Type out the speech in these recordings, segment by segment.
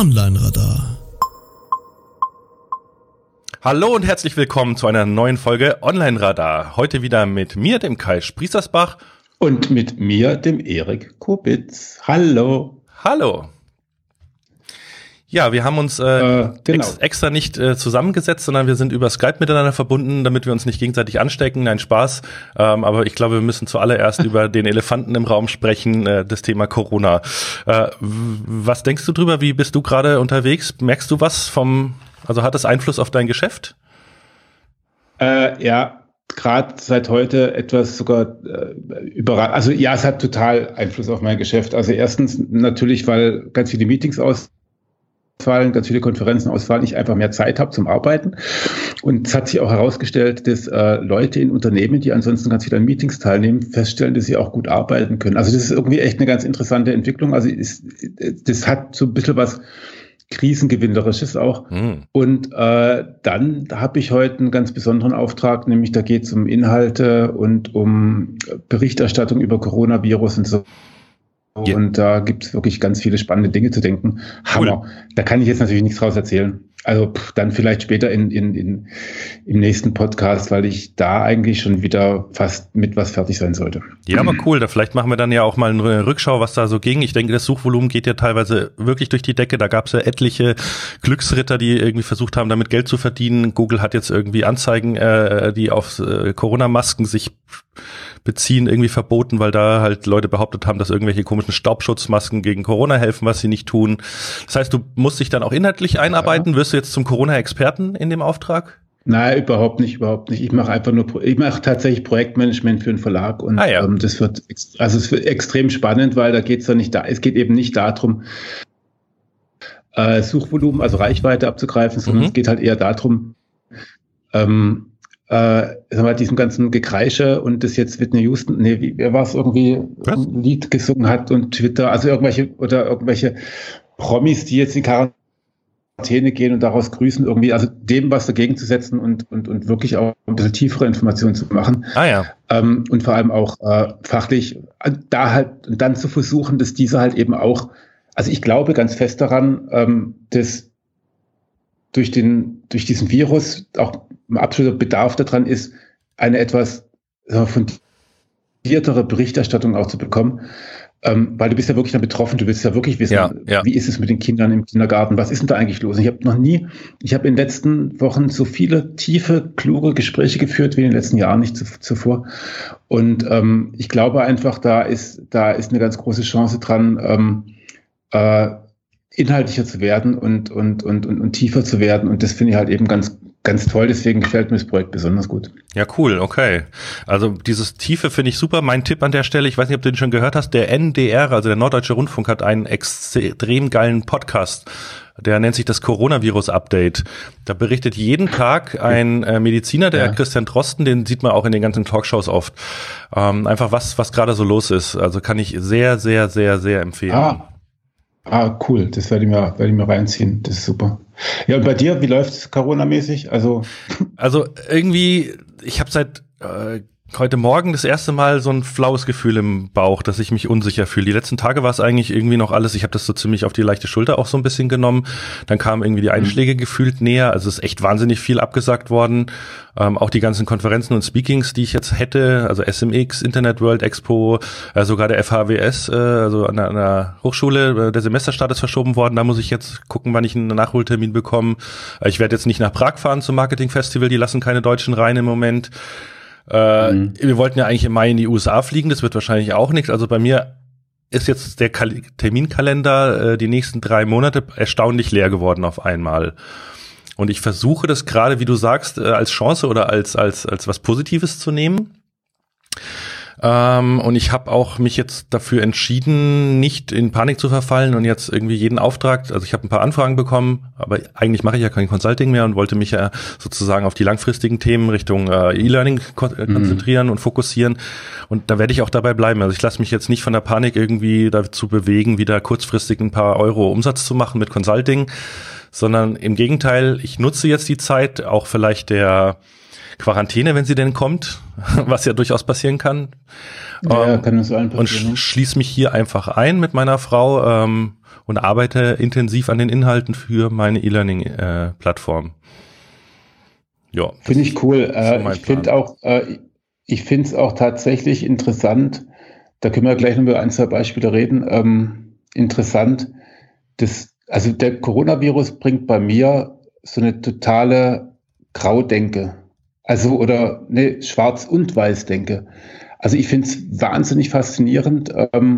Online-Radar. Hallo und herzlich willkommen zu einer neuen Folge Online-Radar. Heute wieder mit mir, dem Kai Spriestersbach. Und mit mir, dem Erik Kubitz. Hallo. Hallo. Ja, wir haben uns extra nicht zusammengesetzt, sondern wir sind über Skype miteinander verbunden, damit wir uns nicht gegenseitig anstecken. Nein, Spaß. Aber ich glaube, wir müssen zuallererst über den Elefanten im Raum sprechen, das Thema Corona. Was denkst du drüber? Wie bist du gerade unterwegs? Merkst du was also hat das Einfluss auf dein Geschäft? Ja, gerade seit heute etwas sogar überraschend. Also ja, es hat total Einfluss auf mein Geschäft. Also erstens natürlich, weil ganz viele Meetings ausfallen, ganz viele Konferenzen ausfallen, ich einfach mehr Zeit habe zum Arbeiten. Und es hat sich auch herausgestellt, dass Leute in Unternehmen, die ansonsten ganz viel an Meetings teilnehmen, feststellen, dass sie auch gut arbeiten können. Also das ist irgendwie echt eine ganz interessante Entwicklung. Also das hat so ein bisschen was Krisengewinnerisches auch. Und dann habe ich heute einen ganz besonderen Auftrag, nämlich da geht es um Inhalte und um Berichterstattung über Coronavirus und so. Yeah. Und da gibt es wirklich ganz viele spannende Dinge zu denken. Hammer. Cool. Da kann ich jetzt natürlich nichts draus erzählen. Also dann vielleicht später im nächsten Podcast, weil ich da eigentlich schon wieder fast mit was fertig sein sollte. Ja, aber cool. Da vielleicht machen wir dann ja auch mal eine Rückschau, was da so ging. Ich denke, das Suchvolumen geht ja teilweise wirklich durch die Decke. Da gab es ja etliche Glücksritter, die irgendwie versucht haben, damit Geld zu verdienen. Google hat jetzt irgendwie Anzeigen, die auf Corona-Masken sich beziehen, irgendwie verboten, weil da halt Leute behauptet haben, dass irgendwelche komischen Staubschutzmasken gegen Corona helfen, was sie nicht tun. Das heißt, du musst dich dann auch inhaltlich einarbeiten. Wirst du jetzt zum Corona-Experten in dem Auftrag? Nein, überhaupt nicht. Ich mache tatsächlich Projektmanagement für einen Verlag und es wird extrem spannend, weil es geht eben nicht darum, Suchvolumen, also Reichweite abzugreifen, sondern es geht halt eher darum, diesem ganzen Gekreische und das jetzt Whitney Houston, wer war es irgendwie, ein Lied gesungen hat und Twitter, also irgendwelche Promis, die jetzt in Quarantäne gehen und daraus grüßen, irgendwie, also dem was dagegen zu setzen und wirklich auch ein bisschen tiefere Informationen zu machen. Und vor allem auch fachlich da halt und dann zu versuchen, dass diese halt eben auch, also ich glaube ganz fest daran, dass durch diesen Virus auch ein absoluter Bedarf daran ist, eine etwas fundiertere Berichterstattung auch zu bekommen, weil du bist ja wirklich dann betroffen, du willst ja wirklich wissen, wie ist es mit den Kindern im Kindergarten, was ist denn da eigentlich los? Ich habe in den letzten Wochen so viele tiefe, kluge Gespräche geführt wie in den letzten Jahren nicht zuvor. Und ich glaube einfach, da ist eine ganz große Chance dran, inhaltlicher zu werden und tiefer zu werden. Und das finde ich halt eben ganz, ganz toll. Deswegen gefällt mir das Projekt besonders gut. Ja, cool. Okay. Also dieses Tiefe finde ich super. Mein Tipp an der Stelle, ich weiß nicht, ob du den schon gehört hast, der NDR, also der Norddeutsche Rundfunk, hat einen extrem geilen Podcast. Der nennt sich das Coronavirus-Update. Da berichtet jeden Tag ein Mediziner, der Christian Drosten, den sieht man auch in den ganzen Talkshows oft. Einfach was gerade so los ist. Also kann ich sehr, sehr, sehr, sehr empfehlen. Cool. Das werde ich mir reinziehen. Das ist super. Ja, und bei dir, wie läuft's Corona-mäßig? Also irgendwie, ich habe seit heute Morgen das erste Mal so ein flaues Gefühl im Bauch, dass ich mich unsicher fühle. Die letzten Tage war es eigentlich irgendwie noch alles, ich habe das so ziemlich auf die leichte Schulter auch so ein bisschen genommen. Dann kamen irgendwie die Einschläge gefühlt näher, also es ist echt wahnsinnig viel abgesagt worden. Auch die ganzen Konferenzen und Speakings, die ich jetzt hätte, also SMX, Internet World Expo, sogar der FHWS, also an der Hochschule, der Semesterstart ist verschoben worden. Da muss ich jetzt gucken, wann ich einen Nachholtermin bekomme. Ich werde jetzt nicht nach Prag fahren zum Marketingfestival, die lassen keine Deutschen rein im Moment. Wir wollten ja eigentlich im Mai in die USA fliegen, das wird wahrscheinlich auch nichts. Also bei mir ist jetzt der Terminkalender die nächsten 3 Monate erstaunlich leer geworden auf einmal. Und ich versuche das gerade, wie du sagst, als Chance oder als was Positives zu nehmen. Und ich habe auch mich jetzt dafür entschieden, nicht in Panik zu verfallen und jetzt irgendwie jeden Auftrag, also ich habe ein paar Anfragen bekommen, aber eigentlich mache ich ja kein Consulting mehr und wollte mich ja sozusagen auf die langfristigen Themen Richtung E-Learning konzentrieren und fokussieren. Und da werde ich auch dabei bleiben. Also ich lasse mich jetzt nicht von der Panik irgendwie dazu bewegen, wieder kurzfristig ein paar Euro Umsatz zu machen mit Consulting, sondern im Gegenteil, ich nutze jetzt die Zeit, auch vielleicht der Quarantäne, wenn sie denn kommt, was ja durchaus passieren kann. Ja, kann uns allen passieren. Und schließe mich hier einfach ein mit meiner Frau und arbeite intensiv an den Inhalten für meine E-Learning-Plattform. Ja. Finde ich cool. Ich finde es auch tatsächlich interessant, da können wir gleich noch über 1, 2 Beispiele reden, interessant, also der Coronavirus bringt bei mir so eine totale Graudenke, also Schwarz- und Weiß-Denke. Also ich finde es wahnsinnig faszinierend,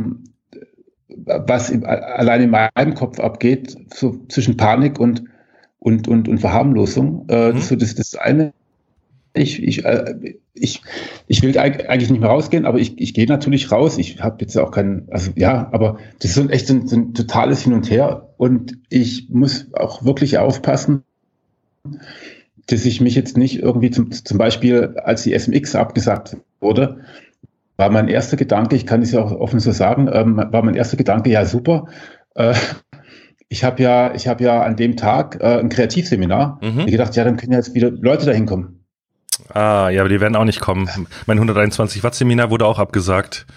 was allein in meinem Kopf abgeht, so zwischen Panik und Verharmlosung. Das eine. Ich will eigentlich nicht mehr rausgehen, aber ich gehe natürlich raus. Ich habe jetzt auch aber das ist echt ein totales Hin und Her und ich muss auch wirklich aufpassen, dass ich mich jetzt nicht irgendwie zum Beispiel, als die SMX abgesagt wurde, war mein erster Gedanke, ich kann es ja auch offen so sagen, war mein erster Gedanke, ja super, ich habe ja an dem Tag ein Kreativseminar, ich gedacht, ja, dann können ja jetzt wieder Leute da hinkommen. Ah, ja, aber die werden auch nicht kommen. Mein 121 Watt Seminar wurde auch abgesagt.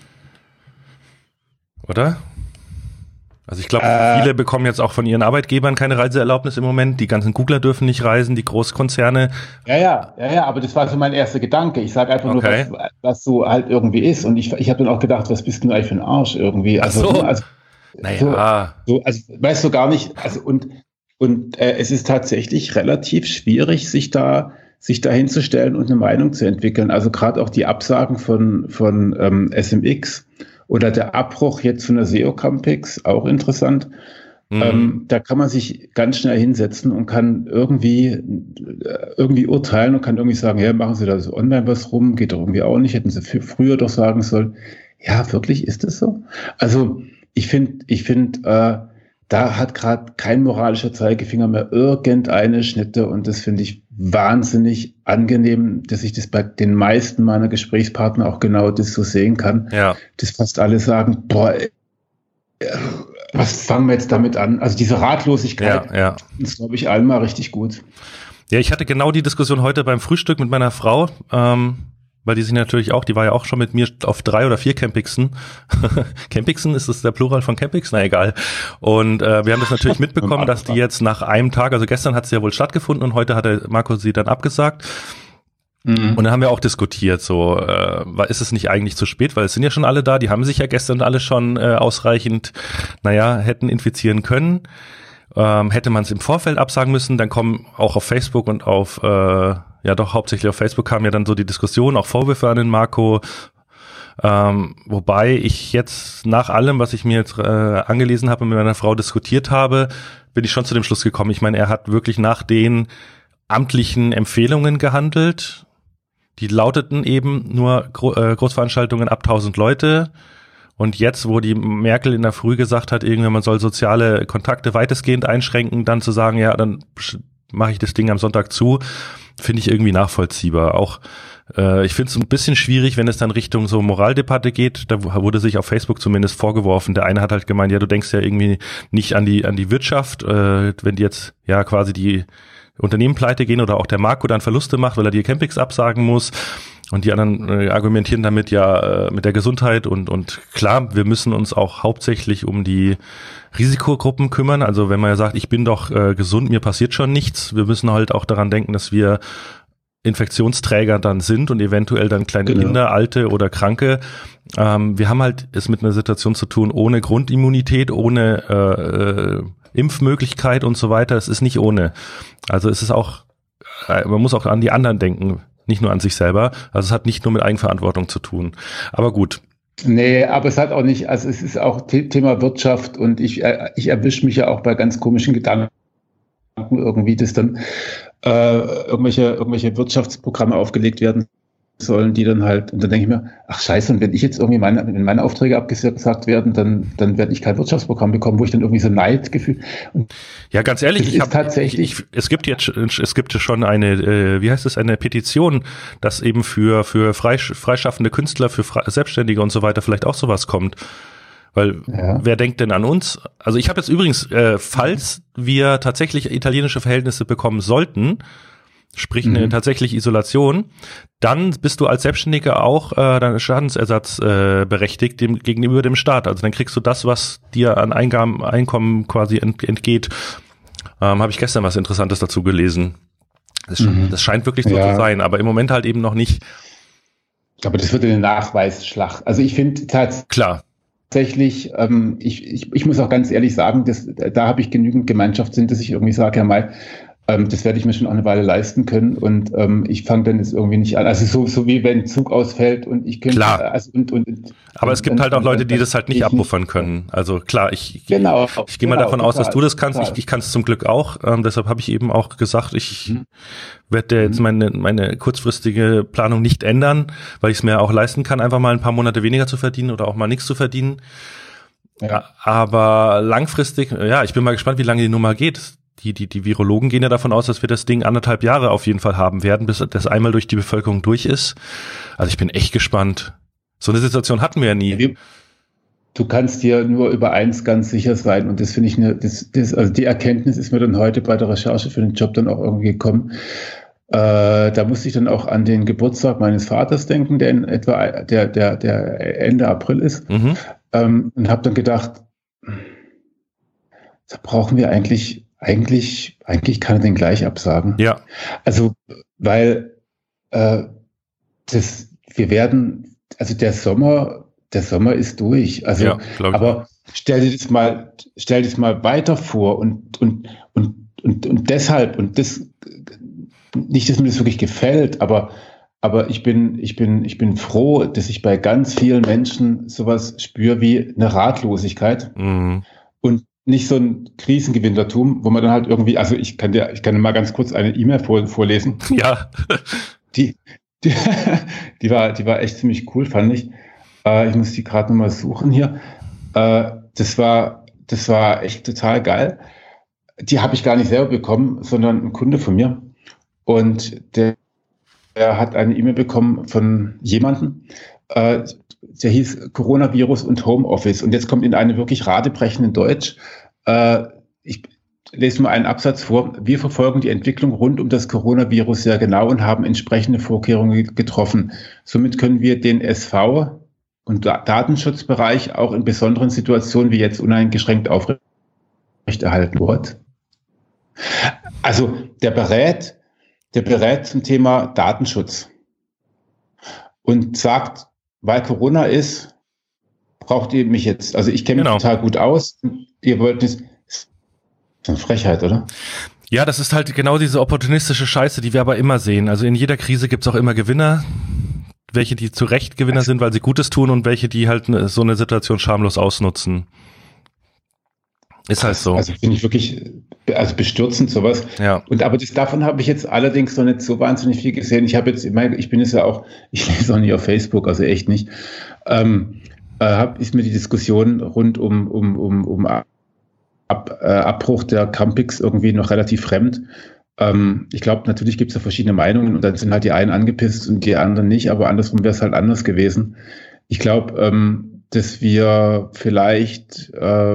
Oder? Also ich glaube, viele bekommen jetzt auch von ihren Arbeitgebern keine Reiseerlaubnis im Moment. Die ganzen Googler dürfen nicht reisen, die Großkonzerne. Ja, aber das war so mein erster Gedanke. Ich sage einfach nur, was so halt irgendwie ist. Und ich habe dann auch gedacht, was bist du eigentlich für ein Arsch irgendwie? Also weißt du gar nicht. Also und es ist tatsächlich relativ schwierig, sich da hinzustellen und eine Meinung zu entwickeln. Also gerade auch die Absagen von SMX oder der Abbruch jetzt von der SEO Campix, auch interessant. Da kann man sich ganz schnell hinsetzen und kann irgendwie urteilen und kann irgendwie sagen, ja, machen Sie da so online was rum, geht doch irgendwie auch nicht, hätten Sie früher doch sagen sollen. Ja, wirklich, ist das so? Also ich finde, da hat gerade kein moralischer Zeigefinger mehr irgendeine Schnitte und das finde ich wahnsinnig angenehm, dass ich das bei den meisten meiner Gesprächspartner auch genau das so sehen kann. Ja. Dass fast alle sagen, boah, was fangen wir jetzt damit an? Also diese Ratlosigkeit ist, glaube ich, allen mal richtig gut. Ja, ich hatte genau die Diskussion heute beim Frühstück mit meiner Frau, weil die sich natürlich auch, die war ja auch schon mit mir auf 3 oder 4 Campixen. Campixen, ist das der Plural von Campix? Na egal. Und wir haben das natürlich mitbekommen, dass die jetzt nach einem Tag, also gestern hat es ja wohl stattgefunden und heute hat der Marco sie dann abgesagt. Und dann haben wir auch diskutiert, so, ist es nicht eigentlich zu spät, weil es sind ja schon alle da, die haben sich ja gestern alle schon ausreichend, hätten infizieren können. Hätte man es im Vorfeld absagen müssen, dann kommen auch auf Facebook und hauptsächlich auf Facebook kam ja dann so die Diskussion, auch Vorwürfe an den Marco, wobei ich jetzt nach allem, was ich mir jetzt angelesen habe und mit meiner Frau diskutiert habe, bin ich schon zu dem Schluss gekommen. Ich meine, er hat wirklich nach den amtlichen Empfehlungen gehandelt, die lauteten eben nur Großveranstaltungen ab 1000 Leute. Und jetzt, wo die Merkel in der Früh gesagt hat, irgendwann man soll soziale Kontakte weitestgehend einschränken, dann zu sagen, ja, dann mache ich das Ding am Sonntag zu, finde ich irgendwie nachvollziehbar. Auch ich finde es ein bisschen schwierig, wenn es dann Richtung so Moraldebatte geht. Da wurde sich auf Facebook zumindest vorgeworfen. Der eine hat halt gemeint, ja, du denkst ja irgendwie nicht an die Wirtschaft, wenn die jetzt ja quasi die Unternehmen pleite gehen oder auch der Marco dann Verluste macht, weil er die Campings absagen muss. Und die anderen argumentieren damit mit der Gesundheit und klar, wir müssen uns auch hauptsächlich um die Risikogruppen kümmern. Also wenn man ja sagt, ich bin doch gesund, mir passiert schon nichts. Wir müssen halt auch daran denken, dass wir Infektionsträger dann sind und eventuell dann kleine Kinder, Alte oder Kranke. Wir haben halt es mit einer Situation zu tun ohne Grundimmunität, ohne Impfmöglichkeit und so weiter. Es ist nicht ohne. Also es ist auch, man muss auch an die anderen denken. Nicht nur an sich selber. Also es hat nicht nur mit Eigenverantwortung zu tun. Aber gut. Nee, aber es hat auch nicht, also es ist auch Thema Wirtschaft und ich erwische mich ja auch bei ganz komischen Gedanken irgendwie, dass dann irgendwelche Wirtschaftsprogramme aufgelegt werden sollen, die dann halt, und dann denke ich mir, ach scheiße, und wenn ich jetzt irgendwie wenn meine Aufträge abgesagt werden, dann werde ich kein Wirtschaftsprogramm bekommen, wo ich dann irgendwie so Neidgefühl. Und ja, ganz ehrlich, es gibt ja schon eine Petition, dass eben für freischaffende Künstler, für Selbstständige und so weiter vielleicht auch sowas kommt. Weil wer denkt denn an uns? Also ich habe jetzt übrigens, falls wir tatsächlich italienische Verhältnisse bekommen sollten, sprich eine tatsächliche Isolation, dann bist du als Selbstständiger auch deinen Schadensersatz berechtigt gegenüber dem Staat. Also dann kriegst du das, was dir an Einkommen quasi entgeht. Habe ich gestern was Interessantes dazu gelesen. Das scheint wirklich so zu sein, aber im Moment halt eben noch nicht. Aber das wird eine Nachweisschlacht. Also ich finde tatsächlich, ich muss auch ganz ehrlich sagen, da habe ich genügend Gemeinschaftssinn, dass ich irgendwie sage, ja mal, das werde ich mir schon auch eine Weile leisten können und ich fange dann jetzt irgendwie nicht an. Also so wie wenn ein Zug ausfällt und ich könnte... Klar, aber es gibt halt auch Leute, die das halt nicht abpuffern können. Also klar, ich gehe mal davon aus, dass du das kannst. Ich kann es zum Glück auch. Deshalb habe ich eben auch gesagt, ich werde jetzt meine kurzfristige Planung nicht ändern, weil ich es mir auch leisten kann, einfach mal ein paar Monate weniger zu verdienen oder auch mal nichts zu verdienen. Ja. Aber langfristig, ich bin mal gespannt, wie lange die Nummer geht. Die Virologen gehen ja davon aus, dass wir das Ding 1,5 Jahre auf jeden Fall haben werden, bis das einmal durch die Bevölkerung durch ist. Also ich bin echt gespannt. So eine Situation hatten wir ja nie. Du kannst dir nur über eins ganz sicher sein und das finde ich also die Erkenntnis ist mir dann heute bei der Recherche für den Job dann auch irgendwie gekommen. Da musste ich dann auch an den Geburtstag meines Vaters denken, der in etwa der Ende April ist, und habe dann gedacht, da brauchen wir eigentlich kann er den gleich absagen. Ja. Also, weil der Sommer ist durch. Also, aber stell dir das mal weiter vor und deshalb, und das, nicht, dass mir das wirklich gefällt, aber ich bin froh, dass ich bei ganz vielen Menschen sowas spüre wie eine Ratlosigkeit und nicht so ein Krisengewinnertum, wo man dann halt irgendwie, also ich kann mal ganz kurz eine E-Mail vorlesen. Ja. Die war echt ziemlich cool, fand ich. Ich muss die gerade nochmal suchen hier. Das war echt total geil. Die habe ich gar nicht selber bekommen, sondern ein Kunde von mir. Und der hat eine E-Mail bekommen von jemandem, der hieß Coronavirus und Homeoffice. Und jetzt kommt in einem wirklich radebrechenden Deutsch. Ich lese mal einen Absatz vor. Wir verfolgen die Entwicklung rund um das Coronavirus sehr genau und haben entsprechende Vorkehrungen getroffen. Somit können wir den SV- und Datenschutzbereich auch in besonderen Situationen wie jetzt uneingeschränkt aufrechterhalten. Also der berät zum Thema Datenschutz und sagt, weil Corona ist, braucht ihr mich jetzt. Also ich kenne mich total gut aus. Ihr wollt es. Das ist eine Frechheit, oder? Ja, das ist halt genau diese opportunistische Scheiße, die wir aber immer sehen. Also in jeder Krise gibt's auch immer Gewinner. Welche, die zu Recht Gewinner sind, weil sie Gutes tun und welche, die halt so eine Situation schamlos ausnutzen. Ist halt so. Also finde ich wirklich bestürzend sowas. Ja. Aber davon habe ich jetzt allerdings noch nicht so wahnsinnig viel gesehen. Ich lese auch nicht auf Facebook, also echt nicht. Ist mir die Diskussion rund um Abbruch der Campings irgendwie noch relativ fremd. Ich glaube, natürlich gibt es da verschiedene Meinungen und dann sind halt die einen angepisst und die anderen nicht, aber andersrum wäre es halt anders gewesen. Ich glaube, dass wir vielleicht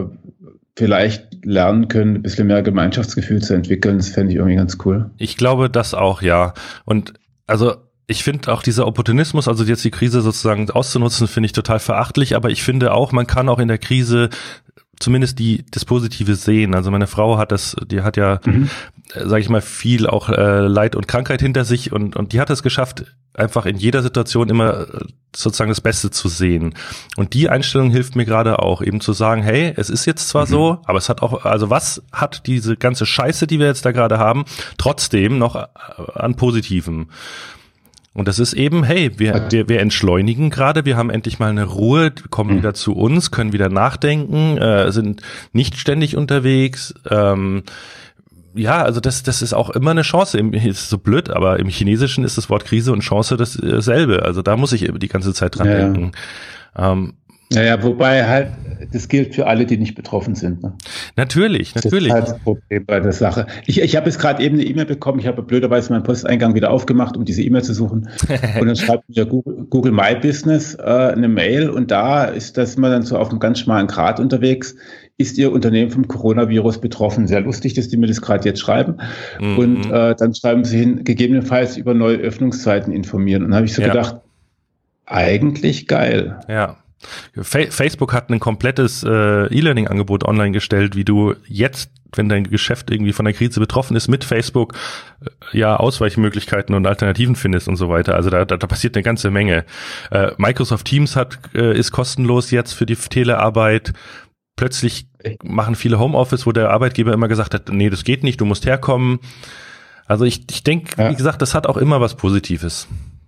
lernen können, ein bisschen mehr Gemeinschaftsgefühl zu entwickeln. Das fände ich irgendwie ganz cool. Ich glaube, das auch, ja. Und also ich finde auch dieser Opportunismus, also jetzt die Krise sozusagen auszunutzen, finde ich total verachtlich, aber ich finde auch, man kann auch in der Krise zumindest das Positive sehen. Also meine Frau die hat ja, sage ich mal, viel auch Leid und Krankheit hinter sich und die hat es geschafft, einfach in jeder Situation immer sozusagen das Beste zu sehen. Und die Einstellung hilft mir gerade auch, eben zu sagen, hey, es ist jetzt zwar so, aber es hat auch, also was hat diese ganze Scheiße, die wir jetzt da gerade haben, trotzdem noch an Positivem? Und das ist eben, hey, wir entschleunigen gerade, wir haben endlich mal eine Ruhe, kommen wieder zu uns, können wieder nachdenken, sind nicht ständig unterwegs. Also das ist auch immer eine Chance. Ist so blöd, aber im Chinesischen ist das Wort Krise und Chance dasselbe. Also da muss ich die ganze Zeit dran denken. Naja, wobei halt, das gilt für alle, die nicht betroffen sind. Ne? Natürlich. Das ist halt das Problem bei der Sache. Ich habe jetzt gerade eben eine E-Mail bekommen. Ich habe blöderweise meinen Posteingang wieder aufgemacht, um diese E-Mail zu suchen. Und dann schreibt mir Google My Business eine Mail. Und da ist das immer dann so auf einem ganz schmalen Grat unterwegs. Ist Ihr Unternehmen vom Coronavirus betroffen? Sehr lustig, dass die mir das gerade jetzt schreiben. Mhm. Und dann schreiben sie hin, gegebenenfalls über neue Öffnungszeiten informieren. Und dann habe ich so gedacht, eigentlich geil. Ja. Facebook hat ein komplettes E-Learning-Angebot online gestellt, wie du jetzt, wenn dein Geschäft irgendwie von der Krise betroffen ist, mit Facebook Ausweichmöglichkeiten und Alternativen findest und so weiter. Also da passiert eine ganze Menge. Microsoft Teams ist kostenlos jetzt für die Telearbeit. Plötzlich machen viele Homeoffice, wo der Arbeitgeber immer gesagt hat, nee, das geht nicht, du musst herkommen. Also ich denke, wie gesagt, das hat auch immer was Positives.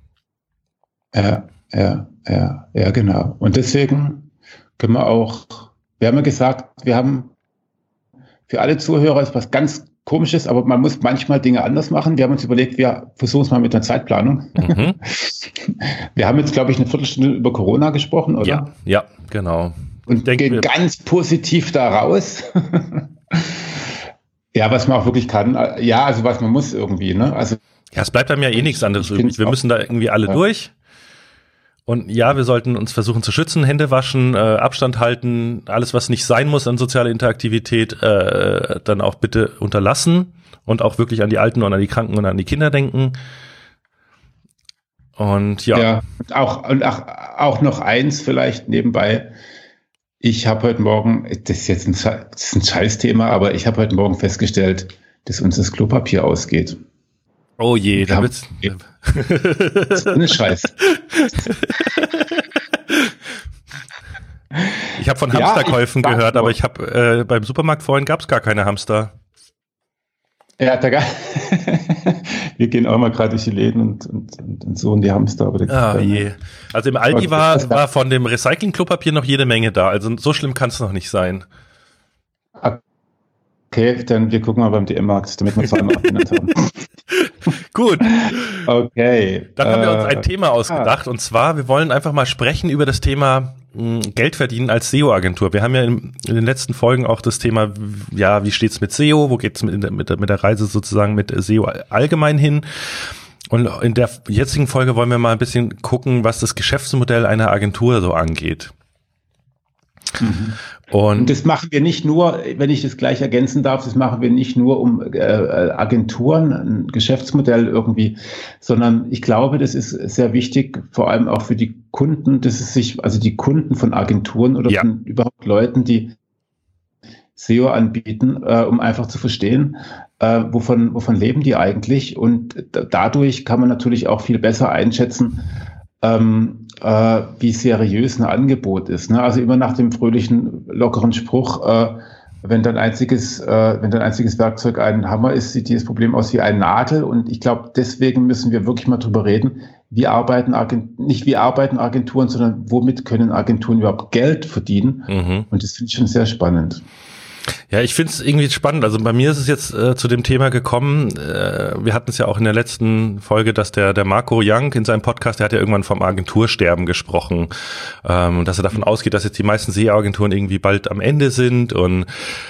Ja, genau. Und deswegen können wir haben ja gesagt, wir haben für alle Zuhörer ist was ganz Komisches, aber man muss manchmal Dinge anders machen. Wir haben uns überlegt, wir versuchen es mal mit einer Zeitplanung. Mhm. Wir haben jetzt, glaube ich, eine Viertelstunde über Corona gesprochen, oder? Ja, genau. Und gehen ganz positiv da raus. Ja, was man auch wirklich kann. Ja, also was man muss irgendwie, ne? Also ja, es bleibt einem ja nichts anderes übrig. Wir müssen da irgendwie alle durch. Und ja, wir sollten uns versuchen zu schützen, Hände waschen, Abstand halten, alles, was nicht sein muss an sozialer Interaktivität, dann auch bitte unterlassen und auch wirklich an die Alten und an die Kranken und an die Kinder denken. Und ja. Und auch noch eins vielleicht nebenbei. Ich habe heute Morgen, das ist jetzt ein Scheißthema, aber ich habe heute Morgen festgestellt, dass uns das Klopapier ausgeht. Oh je, da wird's. Das ist eine Scheiß. Ich habe von Hamsterkäufen gehört, aber ich habe beim Supermarkt vorhin gab es gar keine Hamster. Ja, wir gehen auch mal gerade durch die Läden und so und die Hamster. Aber je. Also im Aldi war von dem Recycling-Klopapier noch jede Menge da. Also so schlimm kann es noch nicht sein. Okay, dann wir gucken mal beim DM-Markt, damit wir zweimal abgenannt haben. Gut. Okay. Dann haben wir uns ein Thema ausgedacht und zwar, wir wollen einfach mal sprechen über das Thema Geld verdienen als SEO-Agentur. Wir haben ja in den letzten Folgen auch das Thema, wie steht's mit SEO, wo geht's mit der Reise sozusagen mit SEO allgemein hin? Und in der jetzigen Folge wollen wir mal ein bisschen gucken, was das Geschäftsmodell einer Agentur so angeht. Mhm. Und das machen wir nicht nur, wenn ich das gleich ergänzen darf, das machen wir nicht nur um Agenturen, ein Geschäftsmodell irgendwie, sondern ich glaube, das ist sehr wichtig, vor allem auch für die Kunden, also die Kunden von Agenturen oder von überhaupt Leuten, die SEO anbieten, um einfach zu verstehen, wovon leben die eigentlich, und dadurch kann man natürlich auch viel besser einschätzen, wie seriös ein Angebot ist. Ne? Also immer nach dem fröhlichen, lockeren Spruch, wenn dein einziges Werkzeug ein Hammer ist, sieht dieses Problem aus wie ein Nagel. Und ich glaube, deswegen müssen wir wirklich mal drüber reden, nicht wie arbeiten Agenturen, sondern womit können Agenturen überhaupt Geld verdienen. Mhm. Und das finde ich schon sehr spannend. Ja, ich finde es irgendwie spannend. Also bei mir ist es jetzt zu dem Thema gekommen, wir hatten es ja auch in der letzten Folge, dass der Marco Young in seinem Podcast, der hat ja irgendwann vom Agentursterben gesprochen, dass er davon ausgeht, dass jetzt die meisten SEO-Agenturen irgendwie bald am Ende sind. Und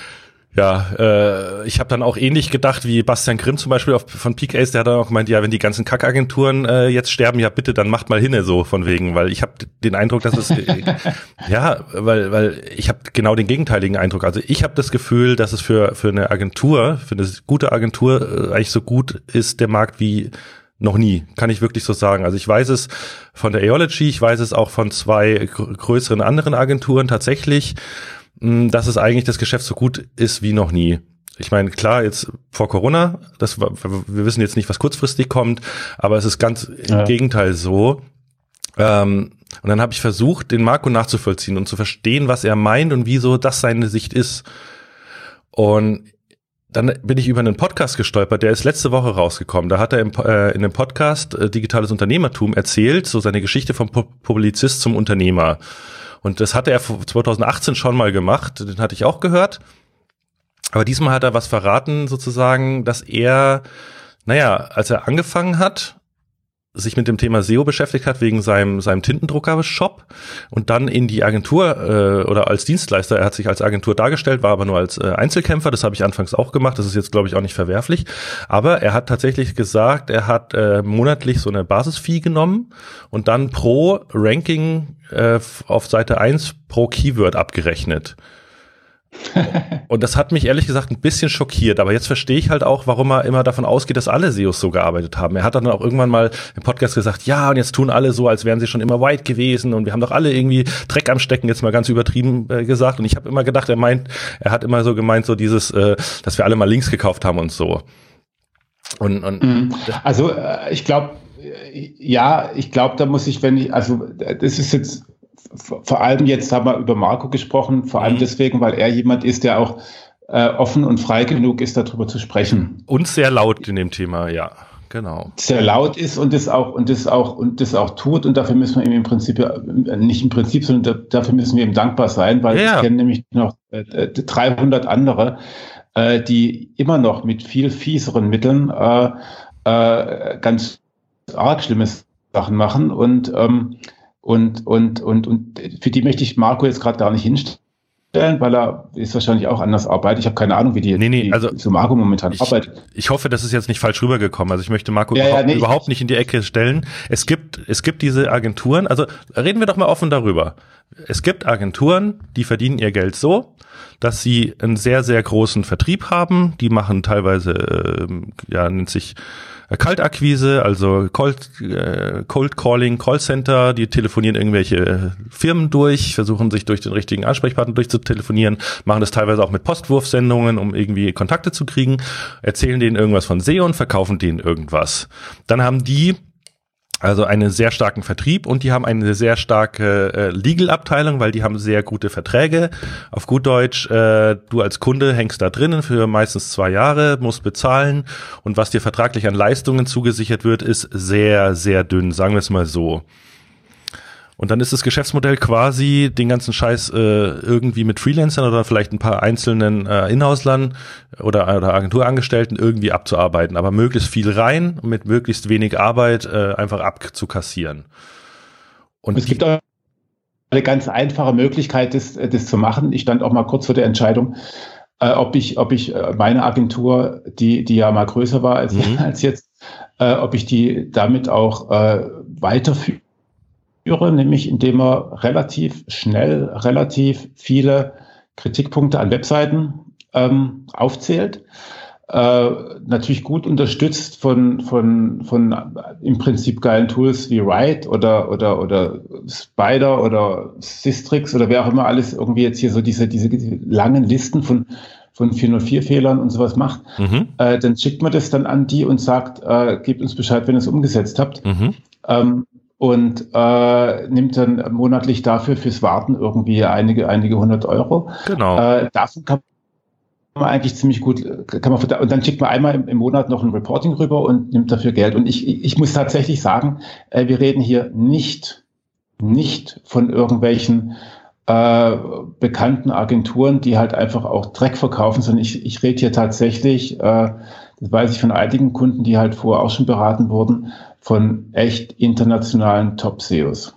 ich habe dann auch ähnlich gedacht wie Bastian Grimm zum Beispiel von Peak Ace, der hat dann auch gemeint, ja, wenn die ganzen Kackagenturen jetzt sterben, ja bitte, dann macht mal hinne so von wegen, weil ich habe den Eindruck, dass es weil ich habe genau den gegenteiligen Eindruck. Also ich habe das Gefühl, dass es für eine Agentur, für eine gute Agentur eigentlich so gut ist der Markt wie noch nie, kann ich wirklich so sagen. Also ich weiß es von der Aeology, ich weiß es auch von zwei größeren anderen Agenturen tatsächlich, dass es eigentlich das Geschäft so gut ist wie noch nie. Ich meine, klar, jetzt vor Corona, wir wissen jetzt nicht, was kurzfristig kommt, aber es ist ganz im Gegenteil so. Und dann habe ich versucht, den Marco nachzuvollziehen und zu verstehen, was er meint und wieso das seine Sicht ist. Und dann bin ich über einen Podcast gestolpert, der ist letzte Woche rausgekommen. Da hat er in einem Podcast Digitales Unternehmertum erzählt, so seine Geschichte vom Publizist zum Unternehmer. Und das hatte er 2018 schon mal gemacht, den hatte ich auch gehört. Aber diesmal hat er was verraten, sozusagen, dass er, als er angefangen hat, sich mit dem Thema SEO beschäftigt hat wegen seinem Tintendrucker-Shop und dann in die Agentur oder als Dienstleister, er hat sich als Agentur dargestellt, war aber nur als Einzelkämpfer, das habe ich anfangs auch gemacht, das ist jetzt glaube ich auch nicht verwerflich, aber er hat tatsächlich gesagt, er hat monatlich so eine Basisfee genommen und dann pro Ranking auf Seite 1 pro Keyword abgerechnet. Und das hat mich ehrlich gesagt ein bisschen schockiert, aber jetzt verstehe ich halt auch, warum er immer davon ausgeht, dass alle SEOs so gearbeitet haben. Er hat dann auch irgendwann mal im Podcast gesagt, ja, und jetzt tun alle so, als wären sie schon immer white gewesen und wir haben doch alle irgendwie Dreck am Stecken, jetzt mal ganz übertrieben gesagt. Und ich habe immer gedacht, er hat immer so gemeint, so dieses, dass wir alle mal Links gekauft haben und so. Also ich glaube, da muss ich, das ist jetzt vor allem, jetzt haben wir über Marco gesprochen, vor allem deswegen, weil er jemand ist, der auch offen und frei genug ist, darüber zu sprechen. Und sehr laut in dem Thema, ja, genau. Sehr laut ist und das auch tut, und dafür müssen wir ihm sondern dafür müssen wir ihm dankbar sein, weil ich kenne nämlich noch 300 andere, die immer noch mit viel fieseren Mitteln ganz arg schlimme Sachen machen und für die möchte ich Marco jetzt gerade gar nicht hinstellen, weil er ist wahrscheinlich auch anders arbeitet. Ich habe keine Ahnung, wie so Marco momentan arbeitet. Ich hoffe, das ist jetzt nicht falsch rübergekommen. Also ich möchte Marco überhaupt nicht in die Ecke stellen. Es gibt diese Agenturen, also reden wir doch mal offen darüber. Es gibt Agenturen, die verdienen ihr Geld so, dass sie einen sehr, sehr großen Vertrieb haben. Die machen teilweise, nennt sich Kaltakquise, also Cold Calling, Callcenter, die telefonieren irgendwelche Firmen durch, versuchen sich durch den richtigen Ansprechpartner durchzutelefonieren, machen das teilweise auch mit Postwurfsendungen, um irgendwie Kontakte zu kriegen, erzählen denen irgendwas von SEO und verkaufen denen irgendwas. Dann haben die also einen sehr starken Vertrieb und die haben eine sehr starke Legal-Abteilung, weil die haben sehr gute Verträge. Auf gut Deutsch, du als Kunde hängst da drinnen für meistens 2 Jahre, musst bezahlen und was dir vertraglich an Leistungen zugesichert wird, ist sehr, sehr dünn, sagen wir es mal so. Und dann ist das Geschäftsmodell quasi, den ganzen Scheiß irgendwie mit Freelancern oder vielleicht ein paar einzelnen Inhauslern oder Agenturangestellten irgendwie abzuarbeiten, aber möglichst viel rein und mit möglichst wenig Arbeit einfach abzukassieren. Und es gibt auch eine ganz einfache Möglichkeit, das zu machen. Ich stand auch mal kurz vor der Entscheidung, ob ich meine Agentur, die ja mal größer war als jetzt, ob ich die damit auch weiterführe. Nämlich indem er relativ schnell relativ viele Kritikpunkte an Webseiten aufzählt. Natürlich gut unterstützt von im Prinzip geilen Tools wie Write oder Spider oder Systrix oder wer auch immer alles irgendwie jetzt hier so diese langen Listen von 404-Fehlern und sowas macht. Dann schickt man das dann an die und sagt, gebt uns Bescheid, wenn ihr es umgesetzt habt. Und nimmt dann monatlich dafür fürs Warten irgendwie einige 100 Euro. Genau. Davon kann man eigentlich ziemlich gut, und dann schickt man einmal im Monat noch ein Reporting rüber und nimmt dafür Geld. Und ich muss tatsächlich sagen, wir reden hier nicht von irgendwelchen bekannten Agenturen, die halt einfach auch Dreck verkaufen, sondern ich rede hier tatsächlich, das weiß ich von einigen Kunden, die halt vorher auch schon beraten wurden, von echt internationalen Top-SEOs.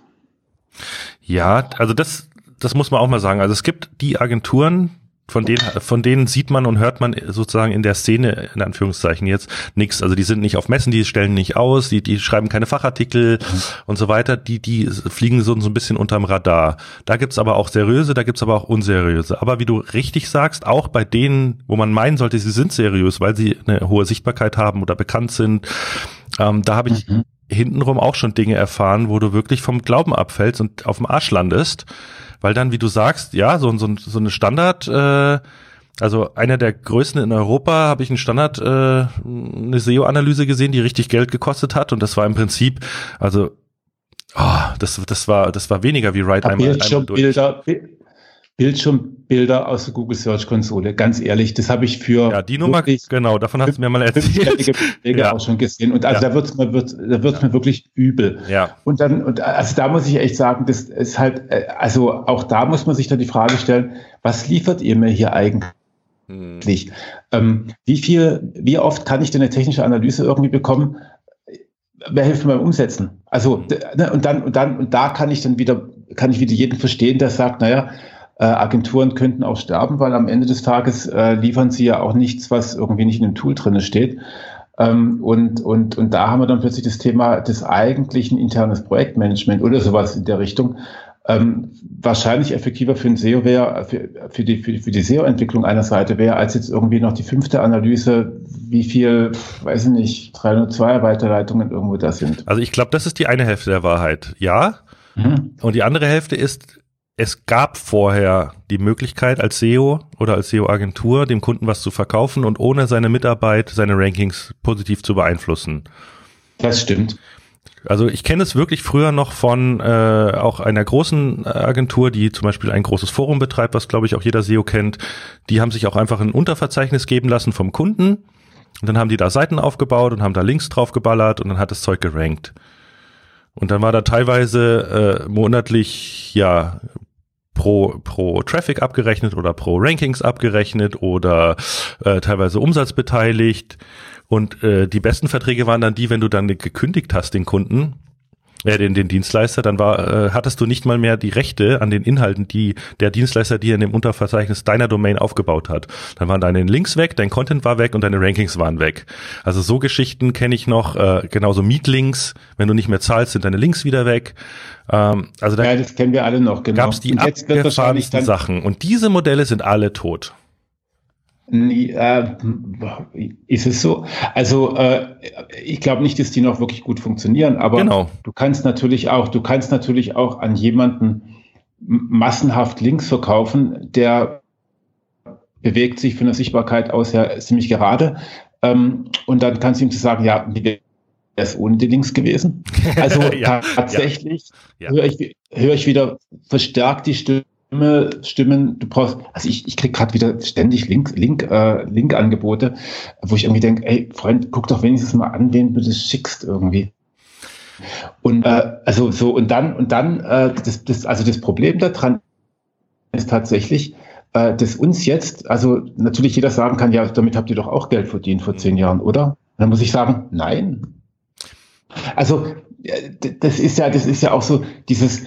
Ja, also das muss man auch mal sagen. Also es gibt die Agenturen, von denen sieht man und hört man sozusagen in der Szene, in Anführungszeichen jetzt, nichts. Also die sind nicht auf Messen, die stellen nicht aus, die schreiben keine Fachartikel und so weiter. Die fliegen so ein bisschen unterm Radar. Da gibt's aber auch seriöse, da gibt's aber auch unseriöse. Aber wie du richtig sagst, auch bei denen, wo man meinen sollte, sie sind seriös, weil sie eine hohe Sichtbarkeit haben oder bekannt sind, da habe ich hintenrum auch schon Dinge erfahren, wo du wirklich vom Glauben abfällst und auf dem Arsch landest. Weil dann, wie du sagst, ja, so eine Standard, also einer der größten in Europa, habe ich eine SEO-Analyse gesehen, die richtig Geld gekostet hat, und das war im Prinzip, also das war weniger wie Write einmal durch. Bildschirmbilder aus der Google Search Konsole, ganz ehrlich, das habe ich für die Nummer, genau, davon hast du mir mal erzählt. Auch schon gesehen, und also da wird's mir wirklich übel. Ja. Und also da muss ich echt sagen, das ist halt, also auch da muss man sich dann die Frage stellen, was liefert ihr mir hier eigentlich? Wie oft kann ich denn eine technische Analyse irgendwie bekommen? wer hilft mir beim Umsetzen? Also, ne, und da kann ich wieder jeden verstehen, der sagt, naja, Agenturen könnten auch sterben, weil am Ende des Tages liefern sie ja auch nichts, was irgendwie nicht in dem Tool drin steht. Und da haben wir dann plötzlich das Thema des eigentlichen internes Projektmanagement oder sowas in der Richtung. Wahrscheinlich effektiver für ein SEO wäre, für die SEO-Entwicklung einer Seite wäre, als jetzt irgendwie noch die 5. Analyse, wie viel, weiß ich nicht, 302 Weiterleitungen irgendwo da sind. Also ich glaube, das ist die eine Hälfte der Wahrheit. Ja. Und die andere Hälfte ist, es gab vorher die Möglichkeit als SEO oder als SEO-Agentur dem Kunden was zu verkaufen und ohne seine Mitarbeit seine Rankings positiv zu beeinflussen. Das stimmt. Also ich kenne es wirklich früher noch von auch einer großen Agentur, die zum Beispiel ein großes Forum betreibt, was glaube ich auch jeder SEO kennt. Die haben sich auch einfach ein Unterverzeichnis geben lassen vom Kunden und dann haben die da Seiten aufgebaut und haben da Links drauf geballert und dann hat das Zeug gerankt. Und dann war da teilweise monatlich ja pro Traffic abgerechnet oder pro Rankings abgerechnet oder teilweise Umsatz beteiligt. Und die besten Verträge waren dann die, wenn du dann gekündigt hast, den Kunden, den Dienstleister, dann hattest du nicht mal mehr die Rechte an den Inhalten, die der Dienstleister dir in dem Unterverzeichnis deiner Domain aufgebaut hat. Dann waren deine Links weg, dein Content war weg und deine Rankings waren weg. Also so Geschichten kenne ich noch, genauso Meetlinks, wenn du nicht mehr zahlst, sind deine Links wieder weg. Also da das kennen wir alle noch, genau. Gab es die abgefahrensten Sachen und diese Modelle sind alle tot. Ist es so? Also ich glaube nicht, dass die noch wirklich gut funktionieren, aber genau. Du kannst natürlich auch an jemanden massenhaft Links verkaufen, der bewegt sich von der Sichtbarkeit aus ja ziemlich gerade und dann kannst du ihm zu sagen, ja, wie wäre es ohne die Links gewesen? Also ja, tatsächlich ja. höre ich wieder verstärkt die Stimmen, du brauchst, also ich kriege gerade wieder ständig Link-Angebote, wo ich irgendwie denke, ey, Freund, guck doch wenigstens mal an, wen du das schickst irgendwie. Und das Problem daran ist tatsächlich, dass uns jetzt, also natürlich jeder sagen kann, ja, damit habt ihr doch auch Geld verdient vor 10 Jahren, oder? Und dann muss ich sagen, nein. Also das ist ja auch so diese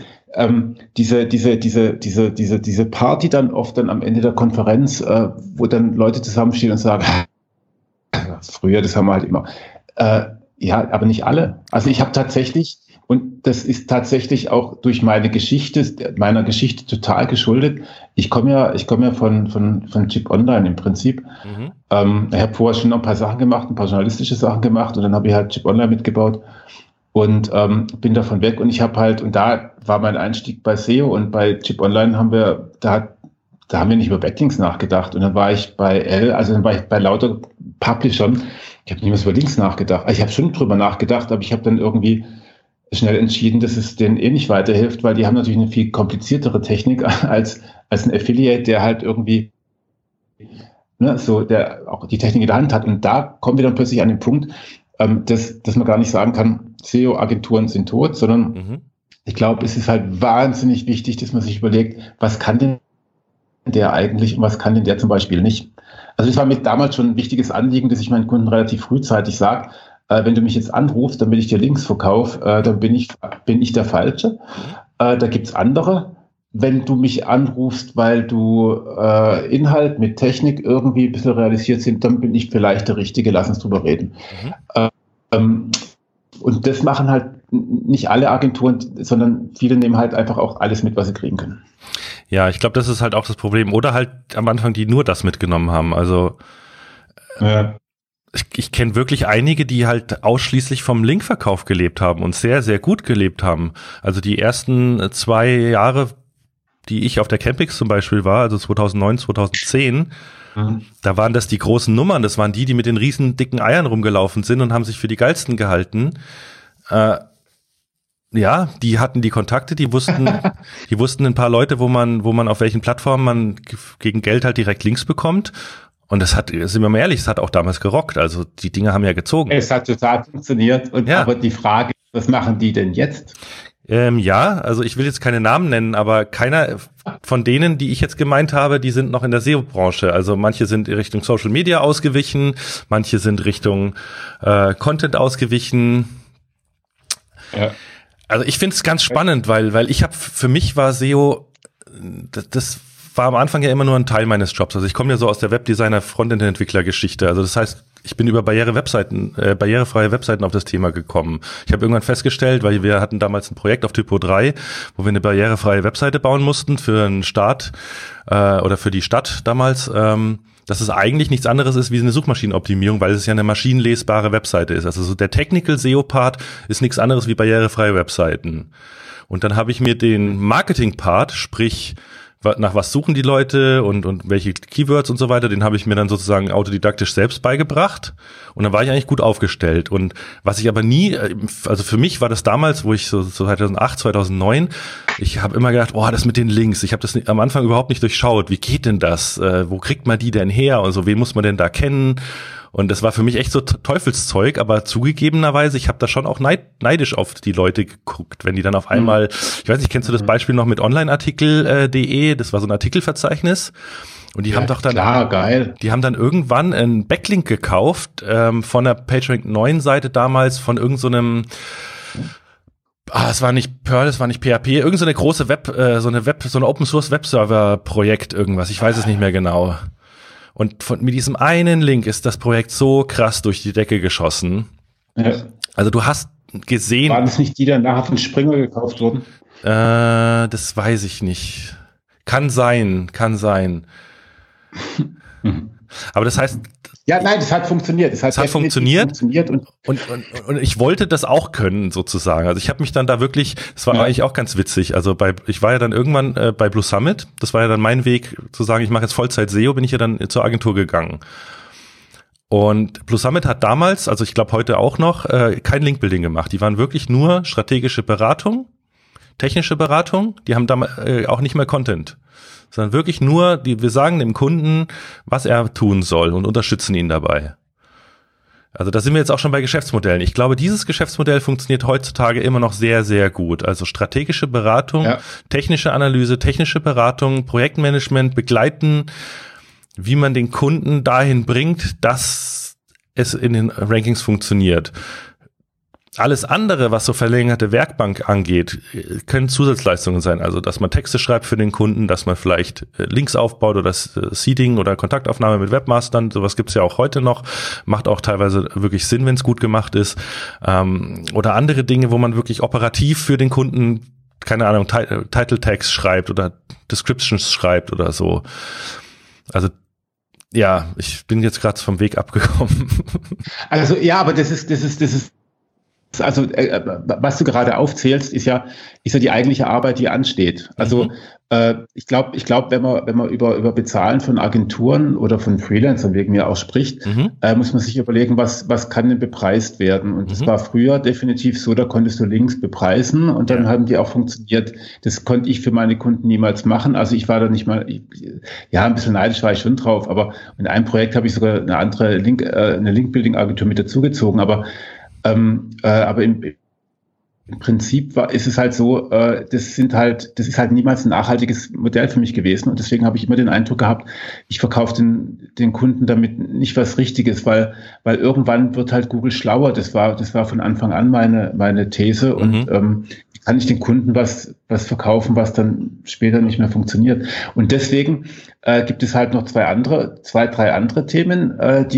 Party dann oft dann am Ende der Konferenz, wo dann Leute zusammenstehen und sagen, früher, das haben wir halt immer. Ja, aber nicht alle. Also ich habe tatsächlich, und das ist tatsächlich auch durch meiner Geschichte total geschuldet. Ich komme ja von Chip Online im Prinzip. Ich habe vorher schon noch ein paar Sachen gemacht, ein paar journalistische Sachen gemacht und dann habe ich halt Chip Online mitgebaut. Und bin davon weg und ich habe halt, und da war mein Einstieg bei SEO und bei Chip Online haben wir nicht über Backlinks nachgedacht und dann war ich dann war ich bei lauter Publishern, ich habe nicht mehr über Links nachgedacht, ich habe schon drüber nachgedacht, aber ich habe dann irgendwie schnell entschieden, dass es denen nicht weiterhilft, weil die haben natürlich eine viel kompliziertere Technik als ein Affiliate, der halt irgendwie der auch die Technik in der Hand hat und da kommen wir dann plötzlich an den Punkt, dass man gar nicht sagen kann, SEO-Agenturen sind tot, sondern ich glaube, es ist halt wahnsinnig wichtig, dass man sich überlegt, was kann denn der eigentlich und was kann denn der zum Beispiel nicht. Also das war mir damals schon ein wichtiges Anliegen, dass ich meinen Kunden relativ frühzeitig sage, wenn du mich jetzt anrufst, damit ich dir Links verkaufe, dann bin ich der Falsche. Da gibt's andere. Wenn du mich anrufst, weil du Inhalt mit Technik irgendwie ein bisschen realisiert sind, dann bin ich vielleicht der Richtige, lass uns drüber reden. Und das machen halt nicht alle Agenturen, sondern viele nehmen halt einfach auch alles mit, was sie kriegen können. Ja, ich glaube, das ist halt auch das Problem. Oder halt am Anfang, die nur das mitgenommen haben. Also ich kenne wirklich einige, die halt ausschließlich vom Linkverkauf gelebt haben und sehr, sehr gut gelebt haben. Also die ersten 2 Jahre, die ich auf der Campix zum Beispiel war, also 2009, 2010, da waren das die großen Nummern, das waren die mit den riesen dicken Eiern rumgelaufen sind und haben sich für die geilsten gehalten. Ja, die hatten die Kontakte, die wussten ein paar Leute, wo man auf welchen Plattformen man gegen Geld halt direkt Links bekommt. Und das hat, sind wir mal ehrlich, es hat auch damals gerockt. Also die Dinge haben ja gezogen. Es hat total funktioniert. Und aber die Frage, was machen die denn jetzt? Ja, also ich will jetzt keine Namen nennen, aber keiner von denen, die ich jetzt gemeint habe, die sind noch in der SEO-Branche. Also manche sind Richtung Social Media ausgewichen, manche sind Richtung Content ausgewichen. Ja. Also ich finde es ganz spannend, weil für mich war SEO, das war am Anfang ja immer nur ein Teil meines Jobs. Also ich komme ja so aus der Webdesigner-Frontend-Entwickler-Geschichte. Also das heißt, ich bin über barrierefreie Webseiten auf das Thema gekommen. Ich habe irgendwann festgestellt, weil wir hatten damals ein Projekt auf Typo 3, wo wir eine barrierefreie Webseite bauen mussten für einen Staat oder für die Stadt damals, dass es eigentlich nichts anderes ist wie eine Suchmaschinenoptimierung, weil es ja eine maschinenlesbare Webseite ist. Also so der Technical SEO-Part ist nichts anderes wie barrierefreie Webseiten. Und dann habe ich mir den Marketing-Part, sprich nach was suchen die Leute und welche Keywords und so weiter, den habe ich mir dann sozusagen autodidaktisch selbst beigebracht und dann war ich eigentlich gut aufgestellt. Und was ich aber nie, also für mich war das damals, wo ich so 2008, 2009, ich habe immer gedacht, das mit den Links, ich habe das am Anfang überhaupt nicht durchschaut, wie geht denn das, wo kriegt man die denn her und so, wen muss man denn da kennen? Und das war für mich echt so Teufelszeug, aber zugegebenerweise, ich habe da schon auch neidisch auf die Leute geguckt, wenn die dann auf einmal, ich weiß nicht, kennst du das Beispiel noch mit onlineartikel.de, das war so ein Artikelverzeichnis und die haben doch dann, klar, geil. Die haben dann irgendwann einen Backlink gekauft von der PageRank 9 Seite damals von irgendeinem es war nicht Perl, es war nicht PHP, irgend so eine große so eine Open Source Webserver Projekt irgendwas, ich weiß es nicht mehr genau. Und mit diesem einen Link ist das Projekt so krass durch die Decke geschossen. Ja. Also du hast gesehen... Waren es nicht die, die nachher von Springer gekauft wurden? Das weiß ich nicht. Kann sein. Aber das heißt... Ja, nein, das hat funktioniert. Es hat funktioniert und ich wollte das auch können sozusagen. Also ich habe mich dann da wirklich, das war eigentlich auch ganz witzig. Also ich war ja dann irgendwann bei Blue Summit. Das war ja dann mein Weg zu sagen, ich mache jetzt Vollzeit SEO. Bin ich ja dann zur Agentur gegangen. Und Blue Summit hat damals, also ich glaube heute auch noch, kein Linkbuilding gemacht. Die waren wirklich nur strategische Beratung, technische Beratung. Die haben damals auch nicht mehr Content, sondern wirklich nur, wir sagen dem Kunden, was er tun soll und unterstützen ihn dabei. Also da sind wir jetzt auch schon bei Geschäftsmodellen. Ich glaube, dieses Geschäftsmodell funktioniert heutzutage immer noch sehr, sehr gut. Also strategische Beratung, technische Analyse, technische Beratung, Projektmanagement, begleiten, wie man den Kunden dahin bringt, dass es in den Rankings funktioniert. Alles andere, was so verlängerte Werkbank angeht, können Zusatzleistungen sein. Also, dass man Texte schreibt für den Kunden, dass man vielleicht Links aufbaut oder das Seeding oder Kontaktaufnahme mit Webmastern. Sowas gibt's ja auch heute noch. Macht auch teilweise wirklich Sinn, wenn es gut gemacht ist. Oder andere Dinge, wo man wirklich operativ für den Kunden, keine Ahnung, Title Tags schreibt oder Descriptions schreibt oder so. Also, ja, ich bin jetzt gerade vom Weg abgekommen. Also, ja, aber das ist also was du gerade aufzählst, ist ja die eigentliche Arbeit, die ansteht. Also ich glaube, wenn man über Bezahlen von Agenturen oder von Freelancern wegen mir auch spricht, muss man sich überlegen, was kann denn bepreist werden? Und das war früher definitiv so, da konntest du Links bepreisen und dann haben die auch funktioniert. Das konnte ich für meine Kunden niemals machen. Also ich war da nicht mal, ein bisschen neidisch war ich schon drauf, aber in einem Projekt habe ich sogar eine andere Link-Building-Agentur mit dazugezogen, aber im Prinzip ist es halt so, das ist halt niemals ein nachhaltiges Modell für mich gewesen und deswegen habe ich immer den Eindruck gehabt, ich verkaufe den Kunden damit nicht was Richtiges, weil irgendwann wird halt Google schlauer. Das war von Anfang an meine These und kann ich den Kunden was verkaufen, was dann später nicht mehr funktioniert. Und deswegen gibt es halt noch zwei, drei andere Themen,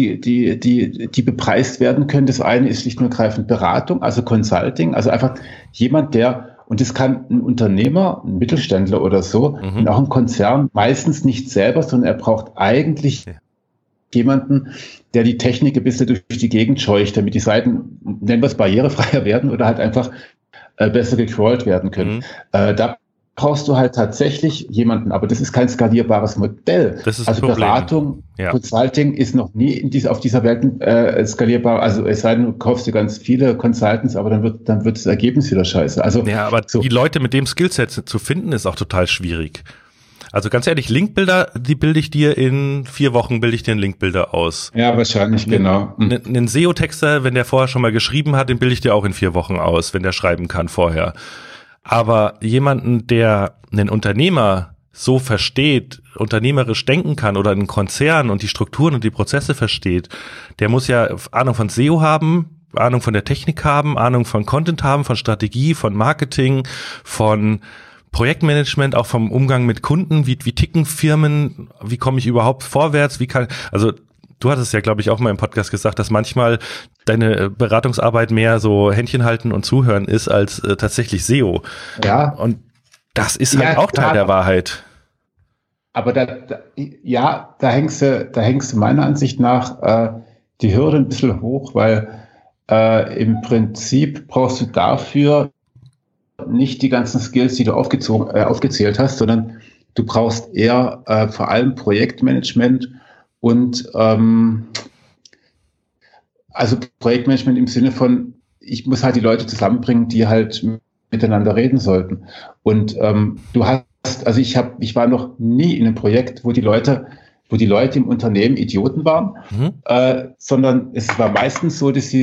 die bepreist werden können. Das eine ist schlicht und ergreifend Beratung, also Consulting, also einfach jemand, und das kann ein Unternehmer, ein Mittelständler oder so, und auch ein Konzern, meistens nicht selber, sondern er braucht eigentlich jemanden, der die Technik ein bisschen durch die Gegend scheucht, damit die Seiten, nennen wir es, barrierefreier werden oder halt einfach besser gecrawlt werden können. Da brauchst du halt tatsächlich jemanden, aber das ist kein skalierbares Modell. Das ist also Beratung, Consulting ist noch nie auf dieser Welt skalierbar. Also es sei denn, du kaufst dir ganz viele Consultants, aber dann wird das Ergebnis wieder scheiße. Also aber die Leute mit dem Skillset zu finden, ist auch total schwierig. Also ganz ehrlich, Linkbilder, die bilde ich dir in 4 Wochen, einen Linkbilder aus. Ja, wahrscheinlich, genau. Einen SEO-Texter, wenn der vorher schon mal geschrieben hat, den bilde ich dir auch in 4 Wochen aus, wenn der schreiben kann vorher. Aber jemanden, der einen Unternehmer so versteht, unternehmerisch denken kann oder einen Konzern und die Strukturen und die Prozesse versteht, der muss ja Ahnung von SEO haben, Ahnung von der Technik haben, Ahnung von Content haben, von Strategie, von Marketing, von Projektmanagement, auch vom Umgang mit Kunden, wie ticken Firmen, wie komme ich überhaupt vorwärts, also du hattest ja, glaube ich, auch mal im Podcast gesagt, dass manchmal deine Beratungsarbeit mehr so Händchen halten und zuhören ist als tatsächlich SEO. Ja. Und das ist halt auch Teil der Wahrheit. Aber da hängst du meiner Ansicht nach die Hürde ein bisschen hoch, weil im Prinzip brauchst du dafür nicht die ganzen Skills, die du aufgezählt hast, sondern du brauchst eher vor allem Projektmanagement und also Projektmanagement im Sinne von, ich muss halt die Leute zusammenbringen, die halt miteinander reden sollten. Und du hast, also ich war noch nie in einem Projekt, wo die Leute im Unternehmen Idioten waren, sondern es war meistens so, dass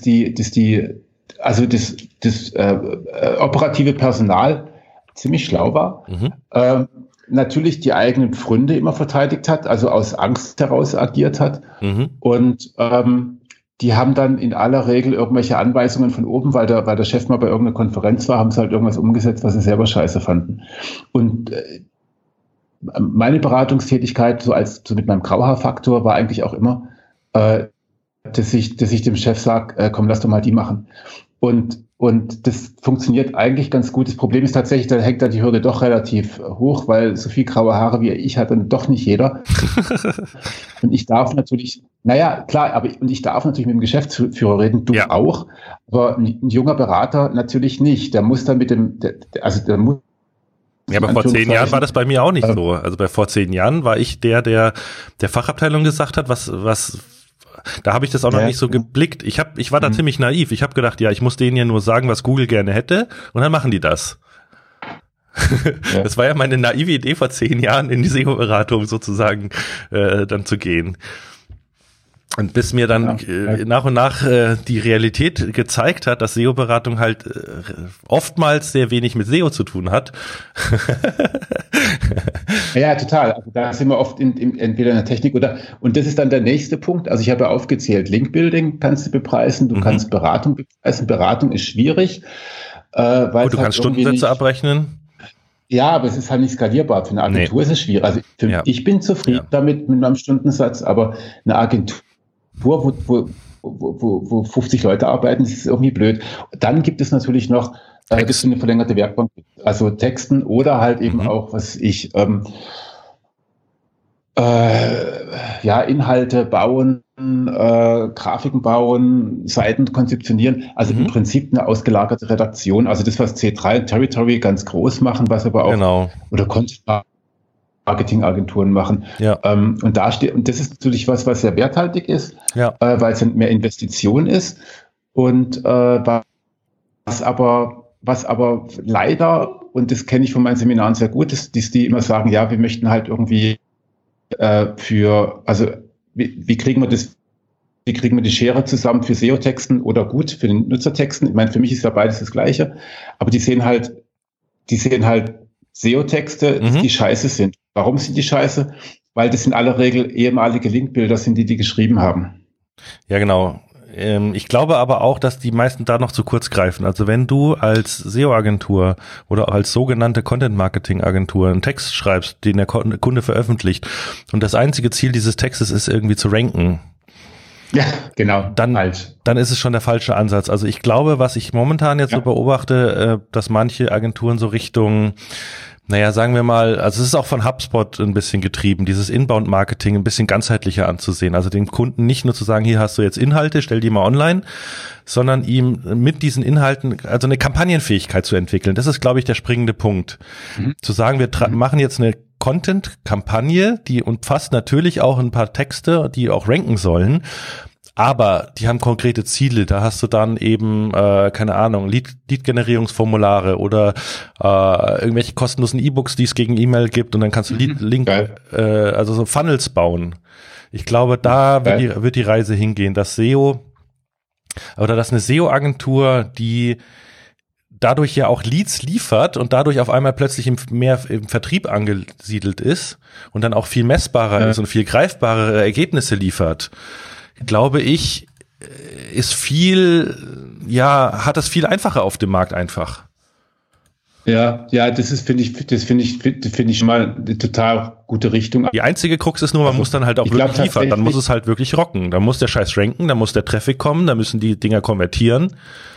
das operative Personal ziemlich schlau war. Natürlich die eigenen Pfründe immer verteidigt hat, also aus Angst heraus agiert hat. Und die haben dann in aller Regel irgendwelche Anweisungen von oben, weil der Chef mal bei irgendeiner Konferenz war, haben sie halt irgendwas umgesetzt, was sie selber scheiße fanden. Und meine Beratungstätigkeit, so mit meinem Grauhaarfaktor, war eigentlich auch immer, dass ich dem Chef sage, komm, lass doch mal die machen. Und das funktioniert eigentlich ganz gut. Das Problem ist tatsächlich, da hängt da die Hürde doch relativ hoch, weil so viel graue Haare wie ich hat dann doch nicht jeder. Und ich darf natürlich, und ich darf natürlich mit dem Geschäftsführer reden, du auch, aber ein junger Berater natürlich nicht. Der muss dann der muss. Ja, aber vor 10 Jahren war das bei mir auch nicht so. Also vor 10 Jahren war ich der Fachabteilung gesagt hat, da habe ich das auch noch nicht so geblickt. Ich war da ziemlich naiv. Ich habe gedacht, ich muss denen ja nur sagen, was Google gerne hätte, und dann machen die das. Ja. Das war ja meine naive Idee vor 10 Jahren, in die SEO-Beratung sozusagen dann zu gehen. Und bis mir dann nach und nach die Realität gezeigt hat, dass SEO-Beratung halt oftmals sehr wenig mit SEO zu tun hat. Ja, total. Also da sind wir oft entweder in der Technik und das ist dann der nächste Punkt. Also ich habe ja aufgezählt, Linkbuilding kannst du bepreisen, du kannst Beratung bepreisen. Beratung ist schwierig. Weil du kannst Stundensätze abrechnen. Ja, aber es ist halt nicht skalierbar. Für eine Agentur ist es schwierig. Also ich bin zufrieden damit mit meinem Stundensatz, aber eine Agentur, wo 50 Leute arbeiten, das ist irgendwie blöd. Dann gibt es natürlich noch dass du eine verlängerte Werkbank gibt. Also Texten oder halt eben auch, Inhalte bauen, Grafiken bauen, Seiten konzeptionieren. Also im Prinzip eine ausgelagerte Redaktion. Also das, was C3 und Territory ganz groß machen, was aber auch oder Marketingagenturen machen. Ja. Und das ist natürlich was sehr werthaltig ist, weil es mehr Investition ist und was aber leider, und das kenne ich von meinen Seminaren sehr gut, ist, dass die immer sagen, wir möchten halt irgendwie wie kriegen wir die Schere zusammen für SEO-Texten oder gut für den Nutzertexten? Ich meine, für mich ist ja beides das Gleiche, aber die sehen halt SEO-Texte, die scheiße sind. Warum sind die scheiße? Weil das in aller Regel ehemalige Linkbilder sind, die geschrieben haben. Ja, genau. Ich glaube aber auch, dass die meisten da noch zu kurz greifen. Also wenn du als SEO-Agentur oder als sogenannte Content-Marketing-Agentur einen Text schreibst, den der Kunde veröffentlicht und das einzige Ziel dieses Textes ist irgendwie zu ranken, ja, genau. Dann ist es schon der falsche Ansatz. Also ich glaube, was ich momentan jetzt so beobachte, dass manche Agenturen so Richtung, sagen wir mal, also es ist auch von HubSpot ein bisschen getrieben, dieses Inbound-Marketing ein bisschen ganzheitlicher anzusehen. Also dem Kunden nicht nur zu sagen, hier hast du jetzt Inhalte, stell die mal online, sondern ihm mit diesen Inhalten, also eine Kampagnenfähigkeit zu entwickeln. Das ist, glaube ich, der springende Punkt. Zu sagen, wir machen jetzt eine Content-Kampagne, die umfasst natürlich auch ein paar Texte, die auch ranken sollen, aber die haben konkrete Ziele. Da hast du dann eben, keine Ahnung, Lead-Generierungsformulare oder irgendwelche kostenlosen E-Books, die es gegen E-Mail gibt, und dann kannst du also so Funnels bauen. Ich glaube, da wird die Reise hingehen, dass SEO oder dass eine SEO-Agentur, die dadurch ja auch Leads liefert und dadurch auf einmal plötzlich mehr im Vertrieb angesiedelt ist und dann auch viel messbarer ist und viel greifbarere Ergebnisse liefert, glaube ich, ist viel, hat das viel einfacher auf dem Markt einfach. Ja, das finde ich schon mal eine total gute Richtung. Die einzige Krux ist nur, man muss dann halt auch wirklich liefern. Dann muss es halt wirklich rocken. Dann muss der Scheiß ranken, dann muss der Traffic kommen, dann müssen die Dinger konvertieren.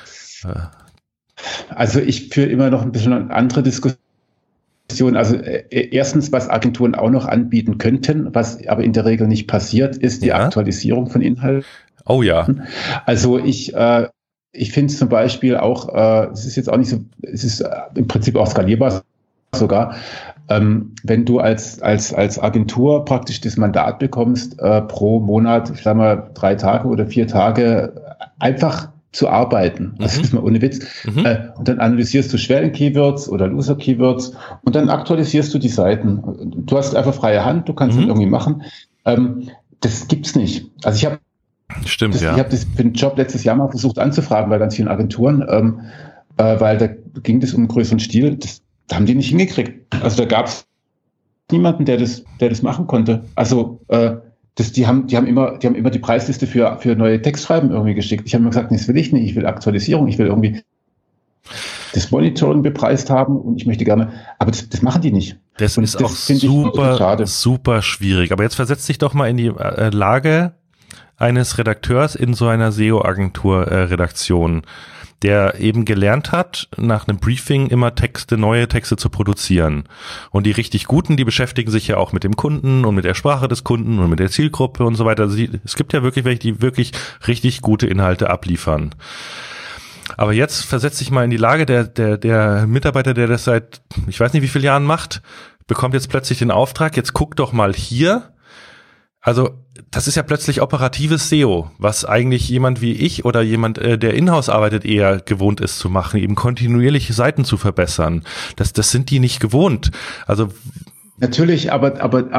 Also ich führe immer noch ein bisschen eine andere Diskussion. Also erstens, was Agenturen auch noch anbieten könnten, was aber in der Regel nicht passiert, ist die Aktualisierung von Inhalten. Oh ja. Also ich finde es zum Beispiel auch, es ist jetzt auch nicht so, es ist im Prinzip auch skalierbar sogar, wenn du als Agentur praktisch das Mandat bekommst, pro Monat, ich sag mal 3 Tage oder 4 Tage einfach zu arbeiten. Das ist mal ohne Witz. Und dann analysierst du Schwellen-Keywords oder Loser-Keywords und dann aktualisierst du die Seiten. Du hast einfach freie Hand, du kannst das irgendwie machen. Das gibt's nicht. Also ich habe Ich habe das für den Job letztes Jahr mal versucht anzufragen bei ganz vielen Agenturen, weil da ging das um einen größeren Stil. Das haben die nicht hingekriegt. Also da gab es niemanden, der das machen konnte. Also die haben immer die Preisliste für neue Textschreiben irgendwie geschickt. Ich habe mir gesagt, nee, das will ich nicht. Ich will Aktualisierung. Ich will irgendwie das Monitoring bepreist haben und ich möchte gerne, aber das machen die nicht. Das ist auch super schwierig. Aber jetzt versetz dich doch mal in die Lage eines Redakteurs in so einer SEO-Agentur-Redaktion, der eben gelernt hat, nach einem Briefing immer neue Texte zu produzieren. Und die richtig guten, die beschäftigen sich ja auch mit dem Kunden und mit der Sprache des Kunden und mit der Zielgruppe und so weiter. Also es gibt ja wirklich welche, die wirklich richtig gute Inhalte abliefern. Aber jetzt versetz dich mal in die Lage, der Mitarbeiter, der das seit, ich weiß nicht wie vielen Jahren macht, bekommt jetzt plötzlich den Auftrag, jetzt guck doch mal hier. Also das ist ja plötzlich operatives SEO, was eigentlich jemand wie ich oder jemand, der in-house arbeitet, eher gewohnt ist zu machen, eben kontinuierliche Seiten zu verbessern. Das sind die nicht gewohnt. Also natürlich, aber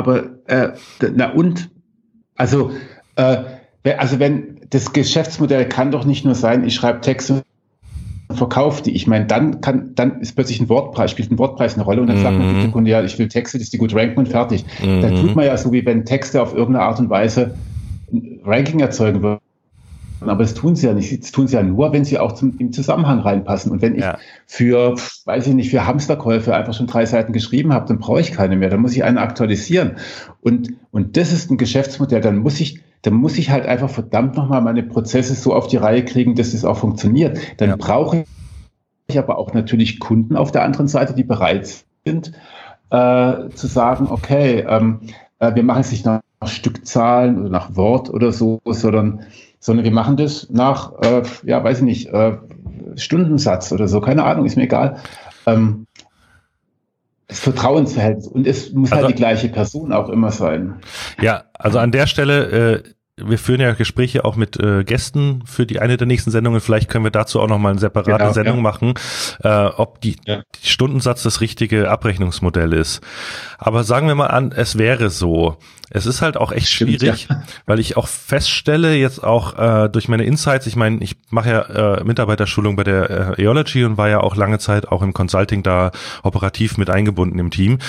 wenn das Geschäftsmodell kann doch nicht nur sein, ich schreibe Texte und verkaufe die. Ich meine, dann ist plötzlich spielt ein Wortpreis eine Rolle und dann sagt man der Kunde, ja, ich will Texte, dass die gut ranken und fertig. Dann tut man ja so, wie wenn Texte auf irgendeine Art und Weise ein Ranking erzeugen würden. Aber das tun sie ja nicht. Das tun sie ja nur, wenn sie auch im Zusammenhang reinpassen. Und wenn ich für Hamsterkäufe einfach schon 3 Seiten geschrieben habe, dann brauche ich keine mehr. Dann muss ich eine aktualisieren. Und das ist ein Geschäftsmodell. Dann muss ich halt einfach verdammt nochmal meine Prozesse so auf die Reihe kriegen, dass das auch funktioniert. Dann brauche ich aber auch natürlich Kunden auf der anderen Seite, die bereit sind, zu sagen, okay, wir machen es nicht nach Stückzahlen oder nach Wort oder so, sondern wir machen das nach, Stundensatz oder so, keine Ahnung, ist mir egal. Das Vertrauensverhältnis und es muss halt die gleiche Person auch immer sein. Ja, also an der Stelle, wir führen ja Gespräche auch mit Gästen für die eine der nächsten Sendungen. Vielleicht können wir dazu auch nochmal eine separate Sendung machen, ob die Stundensatz das richtige Abrechnungsmodell ist. Aber sagen wir mal an, es wäre so. Es ist halt auch echt schwierig, weil ich auch feststelle, jetzt auch durch meine Insights, ich meine, ich mache ja Mitarbeiterschulung bei der Eology und war ja auch lange Zeit auch im Consulting da operativ mit eingebunden im Team.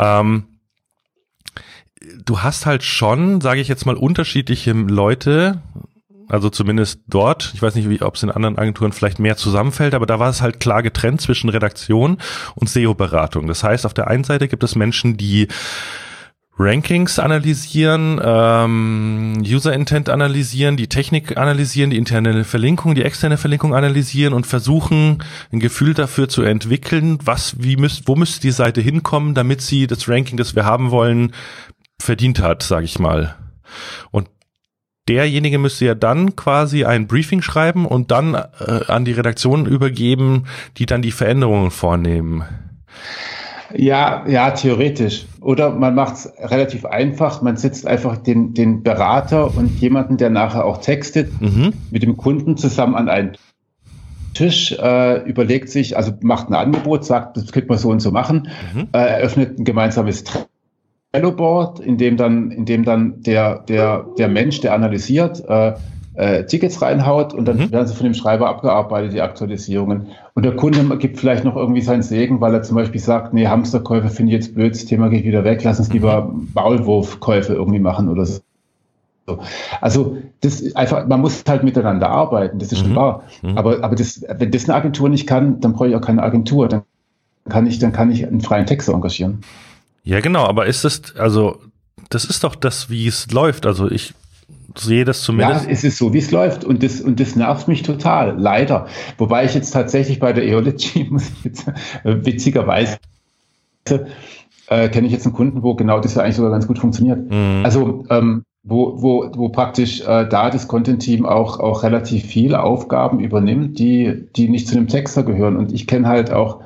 Du hast halt schon, sage ich jetzt mal, unterschiedliche Leute, also zumindest dort, ich weiß nicht, ob es in anderen Agenturen vielleicht mehr zusammenfällt, aber da war es halt klar getrennt zwischen Redaktion und SEO-Beratung. Das heißt, auf der einen Seite gibt es Menschen, die Rankings analysieren, User Intent analysieren, die Technik analysieren, die interne Verlinkung, die externe Verlinkung analysieren und versuchen, ein Gefühl dafür zu entwickeln, wo müsste die Seite hinkommen, damit sie das Ranking, das wir haben wollen, verdient hat, sage ich mal. Und derjenige müsste ja dann quasi ein Briefing schreiben und dann an die Redaktion übergeben, die dann die Veränderungen vornehmen. Ja, theoretisch. Oder man macht es relativ einfach. Man setzt einfach den Berater und jemanden, der nachher auch textet, mit dem Kunden zusammen an einen Tisch, überlegt sich, also macht ein Angebot, sagt, das könnte man so und so machen, eröffnet ein gemeinsames Trello-Board, in dem dann der Mensch, der analysiert, Tickets reinhaut und dann werden sie von dem Schreiber abgearbeitet, die Aktualisierungen. Und der Kunde gibt vielleicht noch irgendwie seinen Segen, weil er zum Beispiel sagt, nee, Hamsterkäufe finde ich jetzt blöd, das Thema geht wieder weg, lass uns lieber Maulwurfkäufe irgendwie machen oder so. Also das einfach, man muss halt miteinander arbeiten, das ist schon wahr. Aber wenn das eine Agentur nicht kann, dann brauche ich auch keine Agentur. Dann kann ich einen freien Texter engagieren. Ja, genau, aber das ist doch das, wie es läuft. Also ich sehe das zumindest. Ja, es ist so, wie es läuft. Und das nervt mich total, leider. Wobei ich jetzt tatsächlich bei der Eology, muss ich jetzt witzigerweise, kenne ich jetzt einen Kunden, wo genau das ja eigentlich sogar ganz gut funktioniert. Also wo praktisch da das Content-Team auch relativ viele Aufgaben übernimmt, die nicht zu einem Texter gehören. Und ich kenne halt auch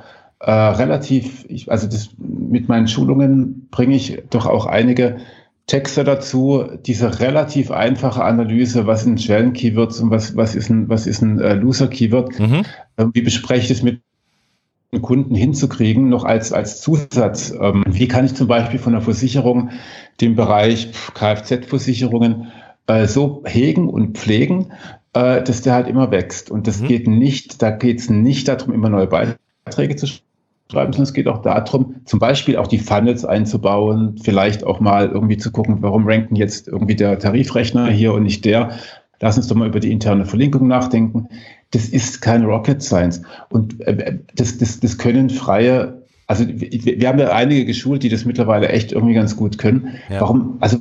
mit meinen Schulungen bringe ich doch auch einige Texter dazu, diese relativ einfache Analyse, was sind Schwellen-Keywords und was ist ein Loser-Keyword, wie bespreche ich das mit Kunden hinzukriegen, noch als Zusatz. Wie kann ich zum Beispiel von der Versicherung den Bereich Kfz-Versicherungen so hegen und pflegen, dass der halt immer wächst. Und das geht nicht darum, immer neue Beiträge zu schreiben, sondern es geht auch darum, zum Beispiel auch die Funnels einzubauen, vielleicht auch mal irgendwie zu gucken, warum ranken jetzt irgendwie der Tarifrechner hier und nicht der. Lass uns doch mal über die interne Verlinkung nachdenken. Das ist keine Rocket Science. Und das können freie, also wir haben ja einige geschult, die das mittlerweile echt irgendwie ganz gut können. Ja. Warum, also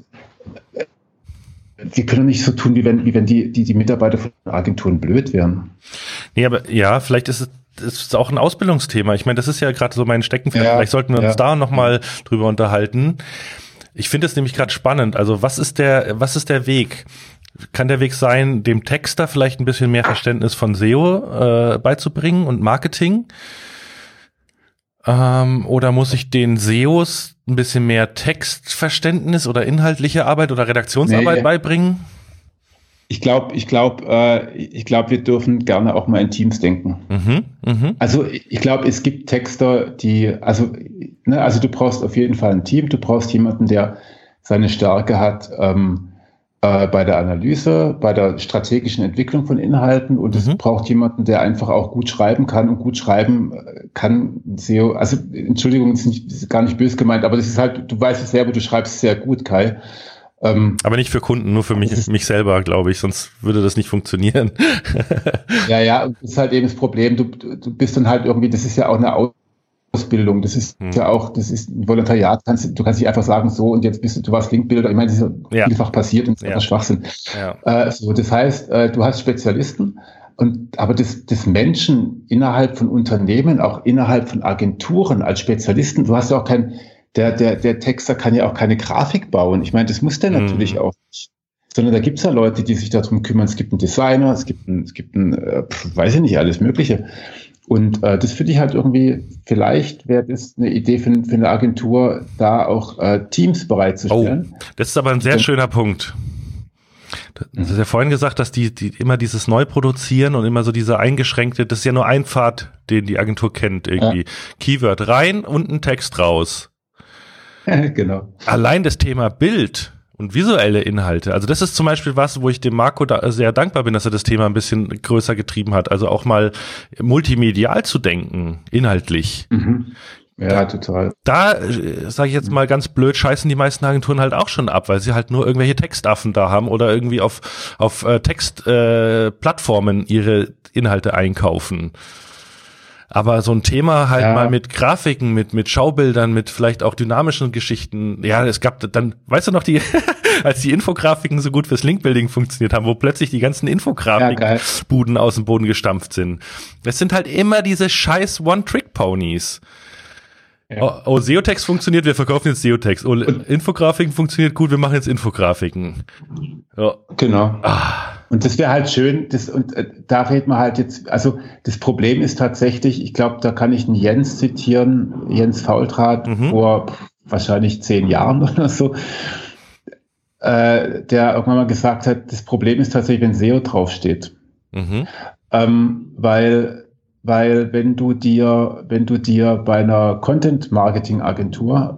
wir können nicht so tun, wie wenn die Mitarbeiter von Agenturen blöd wären. Nee, aber ja, vielleicht ist es auch ein Ausbildungsthema. Ich meine, das ist ja gerade so mein Steckenpferd. Ja, vielleicht sollten wir uns da nochmal drüber unterhalten. Ich finde es nämlich gerade spannend. Also was ist der Weg? Kann der Weg sein, dem Texter vielleicht ein bisschen mehr Verständnis von SEO beizubringen und Marketing? Oder muss ich den SEOs ein bisschen mehr Textverständnis oder inhaltliche Arbeit oder Redaktionsarbeit beibringen? Ich glaube, wir dürfen gerne auch mal in Teams denken. Also ich glaube, es gibt Texter, also du brauchst auf jeden Fall ein Team, du brauchst jemanden, der seine Stärke hat, bei der Analyse, bei der strategischen Entwicklung von Inhalten, und es braucht jemanden, der einfach auch gut schreiben kann, und gut schreiben kann SEO, also Entschuldigung, ist gar nicht böse gemeint, aber das ist halt, du weißt es selber, du schreibst sehr gut, Kai. Aber nicht für Kunden, nur für mich selber, glaube ich, sonst würde das nicht funktionieren. Ja, das ist halt eben das Problem, du bist dann halt irgendwie, das ist ja auch eine Ausbildung, das ist ja auch, das ist ein Volontariat, du kannst nicht einfach sagen, so, und jetzt du warst Linkbilder, ich meine, das ist ja vielfach passiert und das ist einfach Schwachsinn. Ja. Das heißt, du hast Spezialisten, aber das Menschen innerhalb von Unternehmen, auch innerhalb von Agenturen als Spezialisten, du hast ja auch der Texter kann ja auch keine Grafik bauen. Ich meine, das muss der natürlich auch nicht. Sondern da gibt es ja Leute, die sich darum kümmern. Es gibt einen Designer, es gibt einen weiß ich nicht, alles Mögliche. Und das finde ich halt irgendwie, vielleicht wäre das eine Idee für eine Agentur, da auch Teams bereitzustellen. Oh, das ist aber ein sehr schöner Punkt. Du hast ja vorhin gesagt, dass die immer dieses Neuproduzieren und immer so diese eingeschränkte, das ist ja nur ein Pfad, den die Agentur kennt irgendwie. Ja. Keyword rein und ein Text raus. Genau. Allein das Thema Bild und visuelle Inhalte, also das ist zum Beispiel was, wo ich dem Marco sehr dankbar bin, dass er das Thema ein bisschen größer getrieben hat, also auch mal multimedial zu denken, inhaltlich. Ja, total. Da, sage ich jetzt mal ganz blöd, scheißen die meisten Agenturen halt auch schon ab, weil sie halt nur irgendwelche Textaffen da haben oder irgendwie auf Textplattformen ihre Inhalte einkaufen. Aber so ein Thema halt mal mit Grafiken, mit Schaubildern, mit vielleicht auch dynamischen Geschichten. Ja, es gab dann, weißt du noch, als die Infografiken so gut fürs Linkbuilding funktioniert haben, wo plötzlich die ganzen Infografikbuden aus dem Boden gestampft sind. Es sind halt immer diese scheiß One-Trick-Ponys. Ja. Oh, SEO-Text funktioniert, wir verkaufen jetzt SEO-Text. Oh, Infografiken funktioniert gut, wir machen jetzt Infografiken. Ja. Genau. Und das wäre halt schön, da redet man halt jetzt, also das Problem ist tatsächlich, ich glaube, da kann ich einen Jens zitieren, Jens Faultrat, vor wahrscheinlich 10 Jahren oder so, der irgendwann mal gesagt hat, das Problem ist tatsächlich, wenn SEO draufsteht. Weil wenn du dir bei einer Content-Marketing-Agentur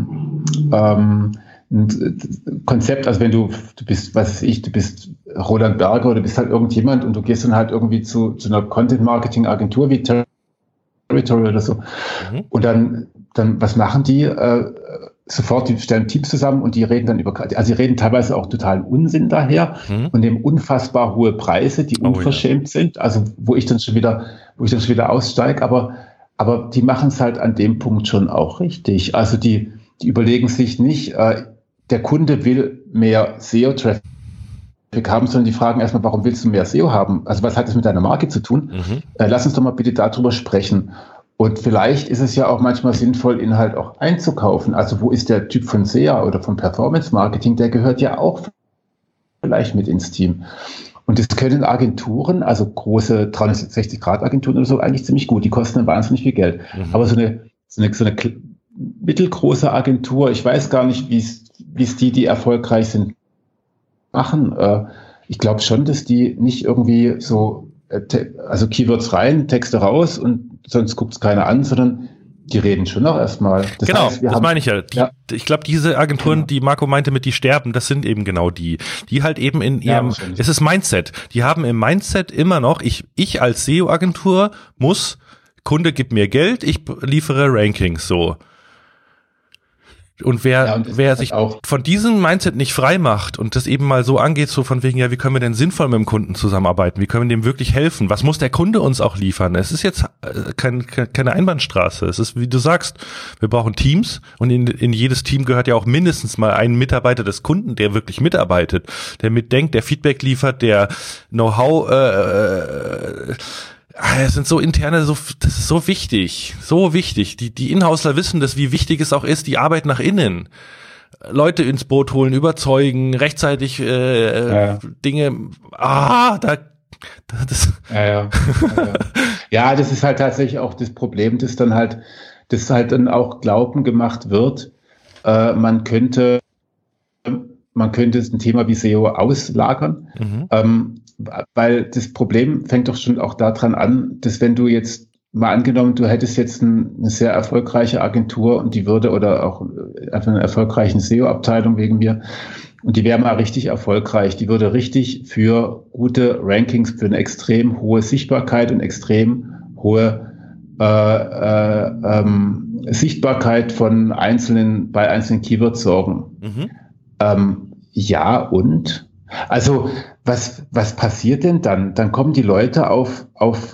ein Konzept, also wenn du bist, was weiß ich, du bist Roland Berger oder du bist halt irgendjemand und du gehst dann halt irgendwie zu einer Content-Marketing-Agentur wie Territory oder so. Und dann was machen die? sofort, die stellen Teams zusammen und die reden dann also die reden teilweise auch totalen Unsinn daher und nehmen unfassbar hohe Preise, die unverschämt sind, also wo ich dann schon wieder aussteige, aber die machen es halt an dem Punkt schon auch richtig. Also die überlegen sich nicht, der Kunde will mehr SEO-Traffic haben, sondern die fragen erstmal, warum willst du mehr SEO haben? Also was hat das mit deiner Marke zu tun? Lass uns doch mal bitte darüber sprechen. Und vielleicht ist es ja auch manchmal sinnvoll, Inhalt auch einzukaufen. Also wo ist der Typ von SEA oder von Performance Marketing? Der gehört ja auch vielleicht mit ins Team. Und das können Agenturen, also große 360-Grad-Agenturen oder so, eigentlich ziemlich gut. Die kosten dann wahnsinnig viel Geld. Aber so eine mittelgroße Agentur, ich weiß gar nicht, wie es die erfolgreich sind, machen. Ich glaube schon, dass die nicht irgendwie so, also Keywords rein, Texte raus und sonst guckt es keiner an, sondern die reden schon noch erstmal. Genau, das meine ich ja. Ich glaube, diese Agenturen, die Marco meinte mit die sterben, das sind eben genau die halt eben in ihrem, es ist Mindset. Die haben im Mindset immer noch, ich als SEO-Agentur muss, Kunde gibt mir Geld, ich liefere Rankings, so. Und wer sich von diesem Mindset nicht frei macht und das eben mal so angeht, so von wegen, ja, wie können wir denn sinnvoll mit dem Kunden zusammenarbeiten? Wie können wir dem wirklich helfen? Was muss der Kunde uns auch liefern? Es ist jetzt keine Einbahnstraße. Es ist, wie du sagst, wir brauchen Teams und in jedes Team gehört ja auch mindestens mal ein Mitarbeiter des Kunden, der wirklich mitarbeitet, der mitdenkt, der Feedback liefert, der Know-how, es sind so interne, das ist so wichtig. Die Inhausler wissen das, wie wichtig es auch ist, die Arbeit nach innen. Leute ins Boot holen, überzeugen, rechtzeitig Dinge, Ja, das ist halt tatsächlich auch das Problem, dass halt dann auch Glauben gemacht wird, man könnte ein Thema wie SEO auslagern, weil das Problem fängt doch schon auch daran an, dass wenn du jetzt mal angenommen, du hättest jetzt eine sehr erfolgreiche Agentur und die würde oder auch einfach eine erfolgreiche SEO-Abteilung wegen mir und die wäre mal richtig erfolgreich, die würde richtig für gute Rankings, für eine extrem hohe Sichtbarkeit und extrem hohe Sichtbarkeit bei einzelnen Keywords sorgen. Ja, und? Also, was passiert denn dann? Dann kommen die Leute auf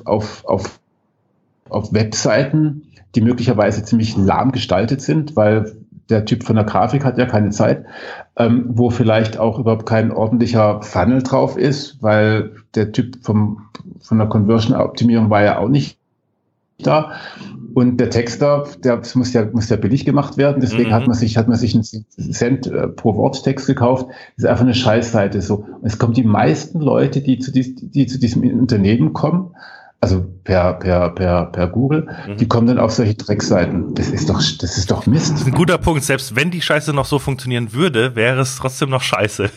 Webseiten, die möglicherweise ziemlich lahm gestaltet sind, weil der Typ von der Grafik hat ja keine Zeit, wo vielleicht auch überhaupt kein ordentlicher Funnel drauf ist, weil der Typ von der Conversion-Optimierung war ja auch nicht da. Und der Texter, das muss ja billig gemacht werden, deswegen hat man sich einen Cent pro Worttext gekauft. Das ist einfach eine Scheißseite. So. Und es kommen die meisten Leute, die zu diesem Unternehmen kommen, also per Google, die kommen dann auf solche Dreckseiten. Das ist doch Mist. Das ist ein guter Punkt. Selbst wenn die Scheiße noch so funktionieren würde, wäre es trotzdem noch scheiße.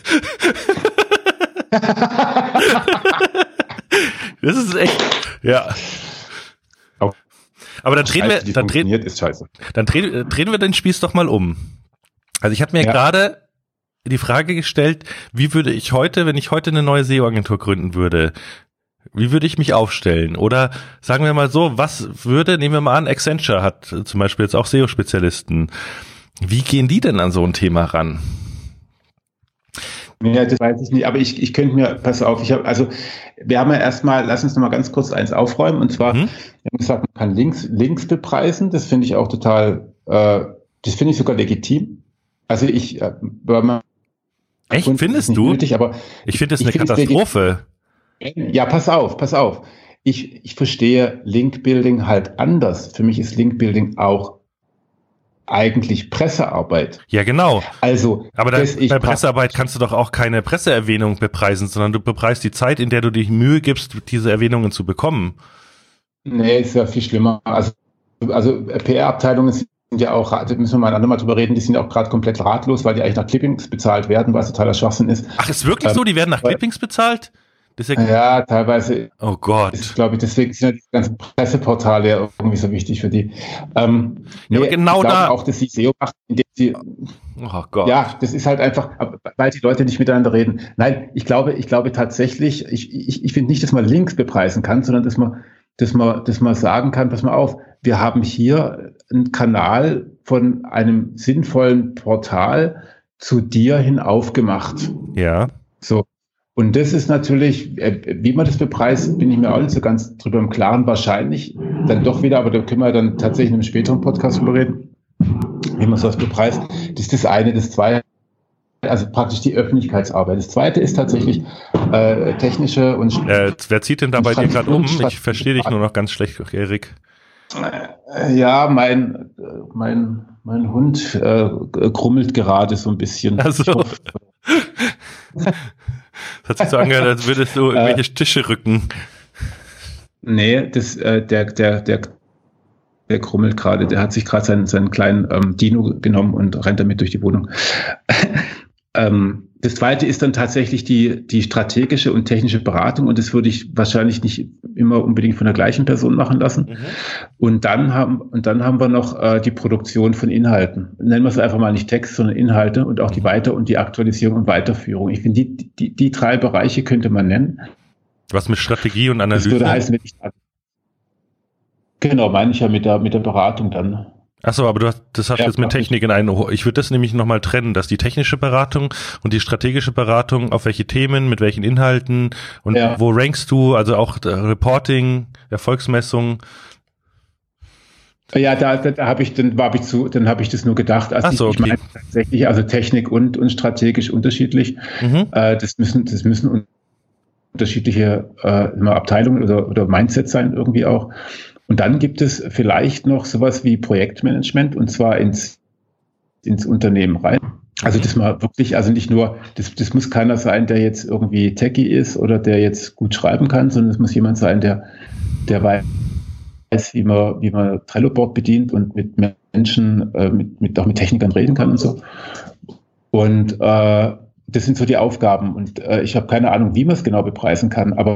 Das ist echt, ja. Aber dann drehen wir den Spieß doch mal um. Also ich habe mir gerade die Frage gestellt, wie würde ich heute, wenn ich heute eine neue SEO-Agentur gründen würde, wie würde ich mich aufstellen? Oder sagen wir mal so, nehmen wir mal an, Accenture hat zum Beispiel jetzt auch SEO-Spezialisten. Wie gehen die denn an so ein Thema ran? Ja, das weiß ich nicht, aber ich könnte mir, pass auf, wir haben ja erstmal, lass uns noch mal ganz kurz eins aufräumen, und zwar, wir haben gesagt, man kann Links bepreisen, das finde ich auch total, das finde ich sogar legitim. Also echt, findest du? Nötig, aber ich finde das eine Katastrophe. Ja, pass auf. Ich verstehe Link-Building halt anders. Für mich ist Link-Building auch eigentlich Pressearbeit. Ja, genau. Also, aber bei Pressearbeit kannst du doch auch keine Presseerwähnung bepreisen, sondern du bepreist die Zeit, in der du dich Mühe gibst, diese Erwähnungen zu bekommen. Nee, ist ja viel schlimmer. Also PR-Abteilungen sind ja auch, da müssen wir mal ein andermal drüber reden, die sind ja auch gerade komplett ratlos, weil die eigentlich nach Clippings bezahlt werden, was totaler Schwachsinn ist. Ach, ist wirklich so? Die werden nach Clippings bezahlt? Ja, teilweise. Oh Gott. Ist, glaube ich, deswegen sind ja die ganzen Presseportale ja irgendwie so wichtig für die. Aber genau da. Auch, dass sie SEO macht, indem sie. Oh Gott. Ja, das ist halt einfach, weil die Leute nicht miteinander reden. Nein, ich glaube tatsächlich, ich finde nicht, dass man Links bepreisen kann, sondern dass man dass man sagen kann, pass mal auf, wir haben hier einen Kanal von einem sinnvollen Portal zu dir hin aufgemacht. Ja. So. Und das ist natürlich, wie man das bepreist, bin ich mir auch nicht so ganz drüber im Klaren. Wahrscheinlich dann doch wieder, aber da können wir dann tatsächlich in einem späteren Podcast drüber reden, wie man sowas bepreist. Das ist das eine. Das zweite, also praktisch die Öffentlichkeitsarbeit. Das zweite ist tatsächlich technische und... wer zieht denn da bei dir gerade um? Ich verstehe dich nur noch ganz schlecht, Erik. Ja, mein Hund krummelt gerade so ein bisschen. Also. Das hat sich so angehört, als würdest du irgendwelche Tische rücken. Nee, der krummelt gerade. Der hat sich gerade seinen kleinen Dino genommen und rennt damit durch die Wohnung. Das zweite ist dann tatsächlich die strategische und technische Beratung, und das würde ich wahrscheinlich nicht immer unbedingt von der gleichen Person machen lassen. Mhm. Und dann haben wir noch die Produktion von Inhalten. Nennen wir es einfach mal nicht Text, sondern Inhalte und auch die und die Aktualisierung und Weiterführung. Ich finde, die drei Bereiche könnte man nennen. Was mit Strategie und Analyse? Das würde heißen, genau, meine ich ja mit der Beratung dann. Achso, aber das hast jetzt mit Technik in einen. Ich würde das nämlich nochmal trennen, dass die technische Beratung und die strategische Beratung, auf welche Themen, mit welchen Inhalten und wo rankst du, also auch Reporting, Erfolgsmessung. Ja, da habe ich das nur gedacht. Also okay. Ich meine tatsächlich, also Technik und strategisch unterschiedlich. Mhm. Das müssen unterschiedliche Abteilungen oder Mindsets sein irgendwie auch. Und dann gibt es vielleicht noch sowas wie Projektmanagement, und zwar ins Unternehmen rein. Also das mal wirklich, also nicht nur, das muss keiner sein, der jetzt irgendwie Techie ist oder der jetzt gut schreiben kann, sondern es muss jemand sein, der weiß, wie man Trello-Board bedient und mit Menschen, auch mit Technikern reden kann und so. Und das sind so die Aufgaben. Und ich habe keine Ahnung, wie man es genau bepreisen kann, aber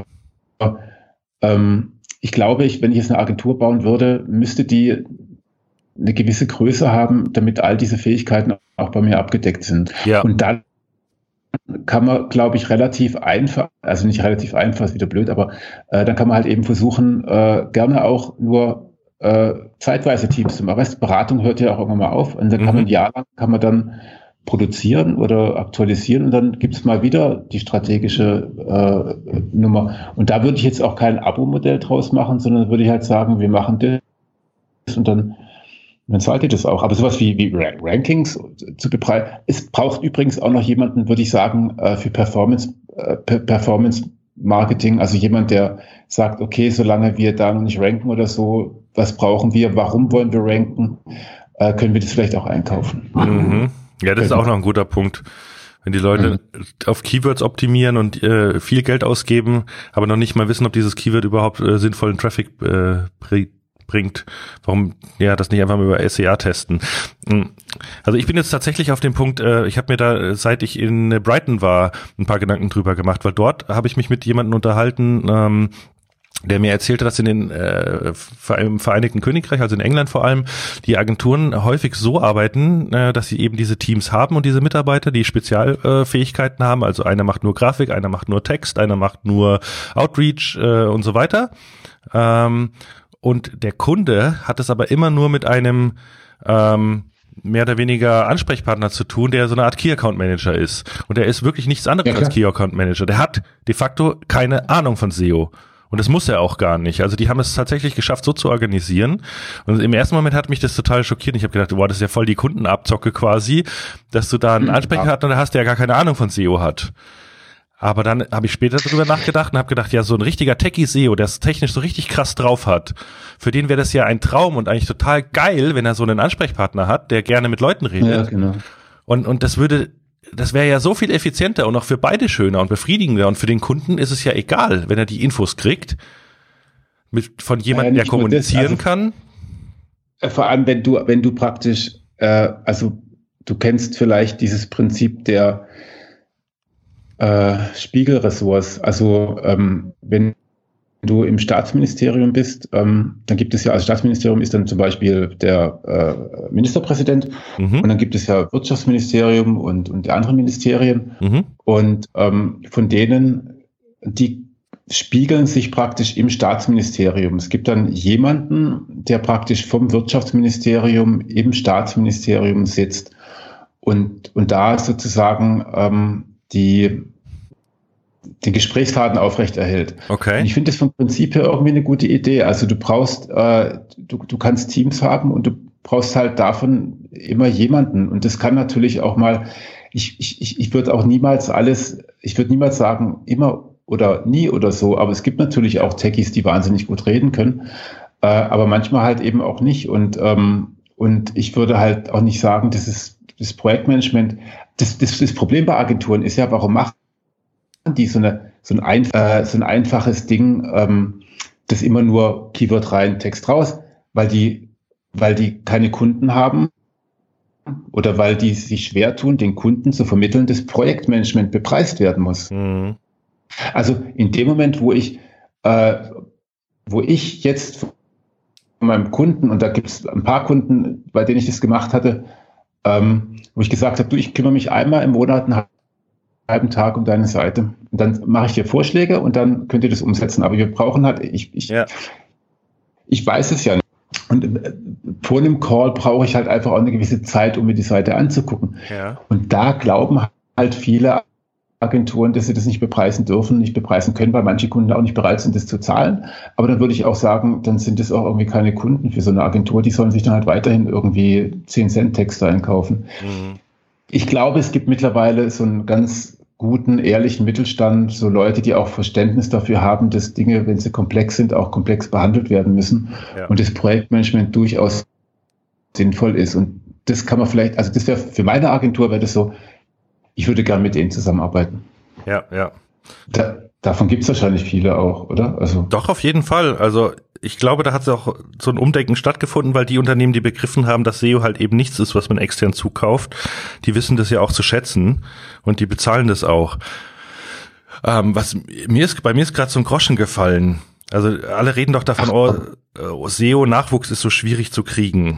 ich glaube, wenn ich jetzt eine Agentur bauen würde, müsste die eine gewisse Größe haben, damit all diese Fähigkeiten auch bei mir abgedeckt sind. Ja. Und dann kann man, glaube ich, relativ einfach, also nicht relativ einfach, ist wieder blöd, aber dann kann man halt eben versuchen, gerne auch nur zeitweise Teams zu machen. Weißt, Beratung hört ja auch irgendwann mal auf, und dann kann man ein Jahr lang produzieren oder aktualisieren, und dann gibt es mal wieder die strategische Nummer. Und da würde ich jetzt auch kein Abo-Modell draus machen, sondern würde ich halt sagen, wir machen das und dann zahlt ihr das auch. Aber sowas wie Rankings zu bepreisen. Es braucht übrigens auch noch jemanden, würde ich sagen, für Performance Marketing, also jemand, der sagt, okay, solange wir da noch nicht ranken oder so, was brauchen wir, warum wollen wir ranken, können wir das vielleicht auch einkaufen. Mhm. Ja, das ist auch noch ein guter Punkt. Wenn die Leute auf Keywords optimieren und viel Geld ausgeben, aber noch nicht mal wissen, ob dieses Keyword überhaupt sinnvollen Traffic bringt, warum das nicht einfach mal über SEA testen? Also ich bin jetzt tatsächlich auf dem Punkt, ich habe mir da, seit ich in Brighton war, ein paar Gedanken drüber gemacht, weil dort habe ich mich mit jemandem unterhalten, der mir erzählte, dass im Vereinigten Königreich, also in England vor allem, die Agenturen häufig so arbeiten, dass sie eben diese Teams haben und diese Mitarbeiter, die Spezialfähigkeiten haben. Also einer macht nur Grafik, einer macht nur Text, einer macht nur Outreach und so weiter. Und der Kunde hat es aber immer nur mit einem mehr oder weniger Ansprechpartner zu tun, der so eine Art Key Account Manager ist. Und der ist wirklich nichts anderes als Key Account Manager. Der hat de facto keine Ahnung von SEO. Und das muss er auch gar nicht. Also die haben es tatsächlich geschafft, so zu organisieren. Und im ersten Moment hat mich das total schockiert. Ich habe gedacht, das ist ja voll die Kundenabzocke quasi, dass du da einen Ansprechpartner hast, der gar keine Ahnung von SEO hat. Aber dann habe ich später darüber nachgedacht und habe gedacht, ja, so ein richtiger Techie-SEO, der es technisch so richtig krass drauf hat, für den wäre das ja ein Traum und eigentlich total geil, wenn er so einen Ansprechpartner hat, der gerne mit Leuten redet. Ja, genau. Und das wäre ja so viel effizienter und auch für beide schöner und befriedigender. Und für den Kunden ist es ja egal, wenn er die Infos kriegt, von jemandem, der kommunizieren kann. Vor allem, wenn du praktisch, also du kennst vielleicht dieses Prinzip der Spiegelressorts. Also wenn du im Staatsministerium bist, dann gibt es ja, also Staatsministerium ist dann zum Beispiel der Ministerpräsident und dann gibt es ja Wirtschaftsministerium und die anderen Ministerien und von denen, die spiegeln sich praktisch im Staatsministerium. Es gibt dann jemanden, der praktisch vom Wirtschaftsministerium im Staatsministerium sitzt und da sozusagen den Gesprächsfaden aufrechterhält. Okay. Und ich finde das vom Prinzip her irgendwie eine gute Idee. Also du brauchst, du kannst Teams haben und du brauchst halt davon immer jemanden. Und das kann natürlich auch mal, ich würde auch niemals ich würde niemals sagen, immer oder nie oder so, aber es gibt natürlich auch Techies, die wahnsinnig gut reden können, aber manchmal halt eben auch nicht. Und ich würde halt auch nicht sagen, das Projektmanagement, das Problem bei Agenturen ist ja, warum machen die so ein einfaches Ding, das immer nur Keyword rein, Text raus, weil die keine Kunden haben oder weil die sich schwer tun, den Kunden zu vermitteln, dass Projektmanagement bepreist werden muss. Mhm. Also in dem Moment, wo ich jetzt von meinem Kunden, und da gibt es ein paar Kunden, bei denen ich das gemacht hatte, wo ich gesagt habe, ich kümmere mich einmal im Monat einen halben Tag um deine Seite. Und dann mache ich dir Vorschläge und dann könnt ihr das umsetzen. Aber wir brauchen halt, ich weiß es ja nicht. Und vor einem Call brauche ich halt einfach auch eine gewisse Zeit, um mir die Seite anzugucken. Ja. Und da glauben halt viele Agenturen, dass sie das nicht bepreisen dürfen, nicht bepreisen können, weil manche Kunden auch nicht bereit sind, das zu zahlen. Aber dann würde ich auch sagen, dann sind das auch irgendwie keine Kunden für so eine Agentur. Die sollen sich dann halt weiterhin irgendwie 10-Cent-Texte einkaufen. Mhm. Ich glaube, es gibt mittlerweile so einen ganz guten, ehrlichen Mittelstand, so Leute, die auch Verständnis dafür haben, dass Dinge, wenn sie komplex sind, auch komplex behandelt werden müssen. Ja. Und das Projektmanagement durchaus sinnvoll ist. Und das kann man vielleicht, also das wäre für meine Agentur, wäre das so, ich würde gern mit denen zusammenarbeiten. Ja, ja. Davon gibt es wahrscheinlich viele auch, oder? Also doch, auf jeden Fall. Also ich glaube, da hat auch so ein Umdenken stattgefunden, weil die Unternehmen, die begriffen haben, dass SEO halt eben nichts ist, was man extern zukauft, die wissen das ja auch zu schätzen und die bezahlen das auch. Bei mir ist gerade so ein Groschen gefallen. Also alle reden doch davon, SEO-Nachwuchs ist so schwierig zu kriegen.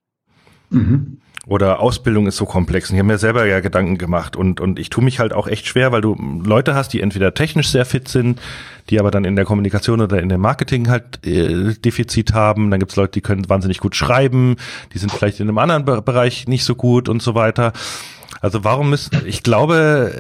Mhm. Oder Ausbildung ist so komplex. Und ich habe mir selber ja Gedanken gemacht und ich tue mich halt auch echt schwer, weil du Leute hast, die entweder technisch sehr fit sind, die aber dann in der Kommunikation oder in dem Marketing halt Defizit haben. Dann gibt's Leute, die können wahnsinnig gut schreiben, die sind vielleicht in einem anderen Bereich nicht so gut und so weiter. Also ich glaube,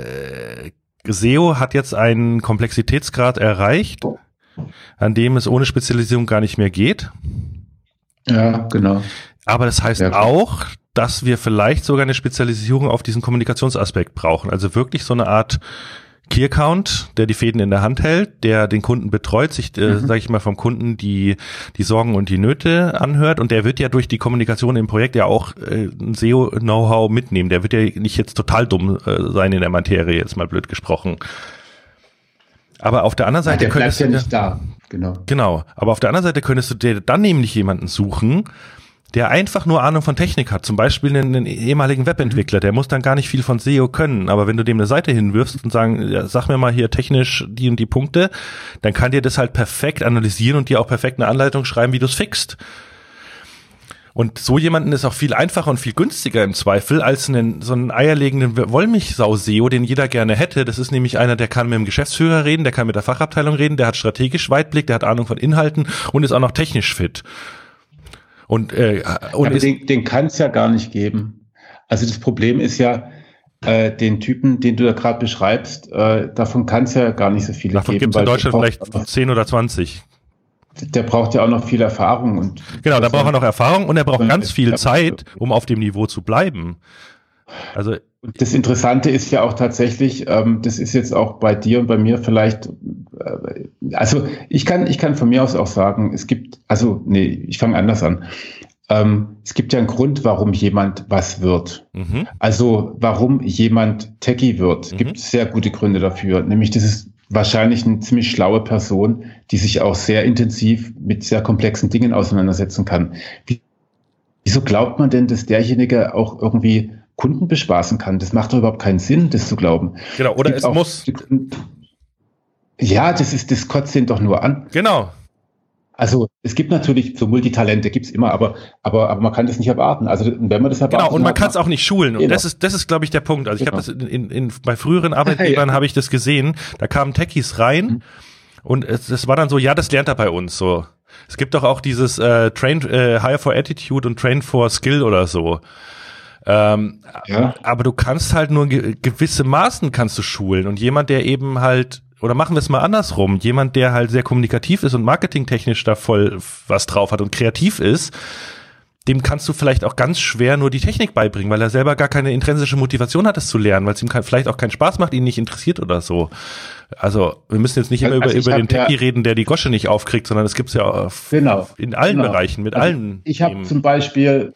SEO hat jetzt einen Komplexitätsgrad erreicht, an dem es ohne Spezialisierung gar nicht mehr geht. Ja, genau. Aber das heißt auch, dass wir vielleicht sogar eine Spezialisierung auf diesen Kommunikationsaspekt brauchen. Also wirklich so eine Art Key Account, der die Fäden in der Hand hält, der den Kunden betreut, sich, sage ich mal, vom Kunden die Sorgen und die Nöte anhört. Und der wird ja durch die Kommunikation im Projekt ja auch ein SEO-Know-how mitnehmen. Der wird ja nicht jetzt total dumm sein in der Materie, jetzt mal blöd gesprochen. Aber auf der anderen Seite der bleibt ja nicht da. Genau. Aber auf der anderen Seite könntest du dir dann nämlich jemanden suchen, der einfach nur Ahnung von Technik hat, zum Beispiel einen ehemaligen Webentwickler, der muss dann gar nicht viel von SEO können, aber wenn du dem eine Seite hinwirfst und sag mir mal hier technisch die und die Punkte, dann kann dir das halt perfekt analysieren und dir auch perfekt eine Anleitung schreiben, wie du es fixt. Und so jemanden ist auch viel einfacher und viel günstiger im Zweifel als so einen eierlegenden Wollmilchsau-SEO, den jeder gerne hätte. Das ist nämlich einer, der kann mit dem Geschäftsführer reden, der kann mit der Fachabteilung reden, der hat strategisch Weitblick, der hat Ahnung von Inhalten und ist auch noch technisch fit. Den kann es ja gar nicht geben. Also das Problem ist ja, den Typen, den du da gerade beschreibst, davon kann es ja gar nicht so viele davon geben. Davon gibt es in Deutschland vielleicht 10 oder 20. Der braucht ja auch noch viel Erfahrung. Genau, da braucht er noch Erfahrung und er braucht ganz viel Zeit, um auf dem Niveau zu bleiben. Also das Interessante ist ja auch tatsächlich, das ist jetzt auch bei dir und bei mir vielleicht, also ich kann von mir aus auch sagen, ich fange anders an. Es gibt ja einen Grund, warum jemand was wird. Mhm. Also warum jemand Techie wird, gibt es sehr gute Gründe dafür. Nämlich, das ist wahrscheinlich eine ziemlich schlaue Person, die sich auch sehr intensiv mit sehr komplexen Dingen auseinandersetzen kann. Wieso glaubt man denn, dass derjenige auch irgendwie Kunden bespaßen kann? Das macht doch überhaupt keinen Sinn, das zu glauben. Genau, oder es muss. Ja, das kotzt den doch nur an. Genau. Also es gibt natürlich so Multitalente, gibt's immer, aber man kann das nicht erwarten. Also wenn man das erwartet, genau, und man kann es auch nicht schulen. Und das ist, glaube ich, der Punkt. Also ich habe das bei früheren Arbeitgebern habe ich das gesehen. Da kamen Techies rein Und es war dann so, ja, das lernt er bei uns so. Es gibt doch auch dieses Hire for Attitude und Train for Skill oder so. Aber du kannst halt nur gewisse Maßen kannst du schulen und jemand, der eben halt, oder machen wir es mal andersrum, jemand, der halt sehr kommunikativ ist und marketingtechnisch da voll was drauf hat und kreativ ist, dem kannst du vielleicht auch ganz schwer nur die Technik beibringen, weil er selber gar keine intrinsische Motivation hat, es zu lernen, weil es ihm vielleicht auch keinen Spaß macht, ihn nicht interessiert oder so. Also wir müssen jetzt nicht immer über den Techie reden, der die Gosche nicht aufkriegt, sondern es gibt's ja auch in allen Bereichen, mit allen. Ich habe zum Beispiel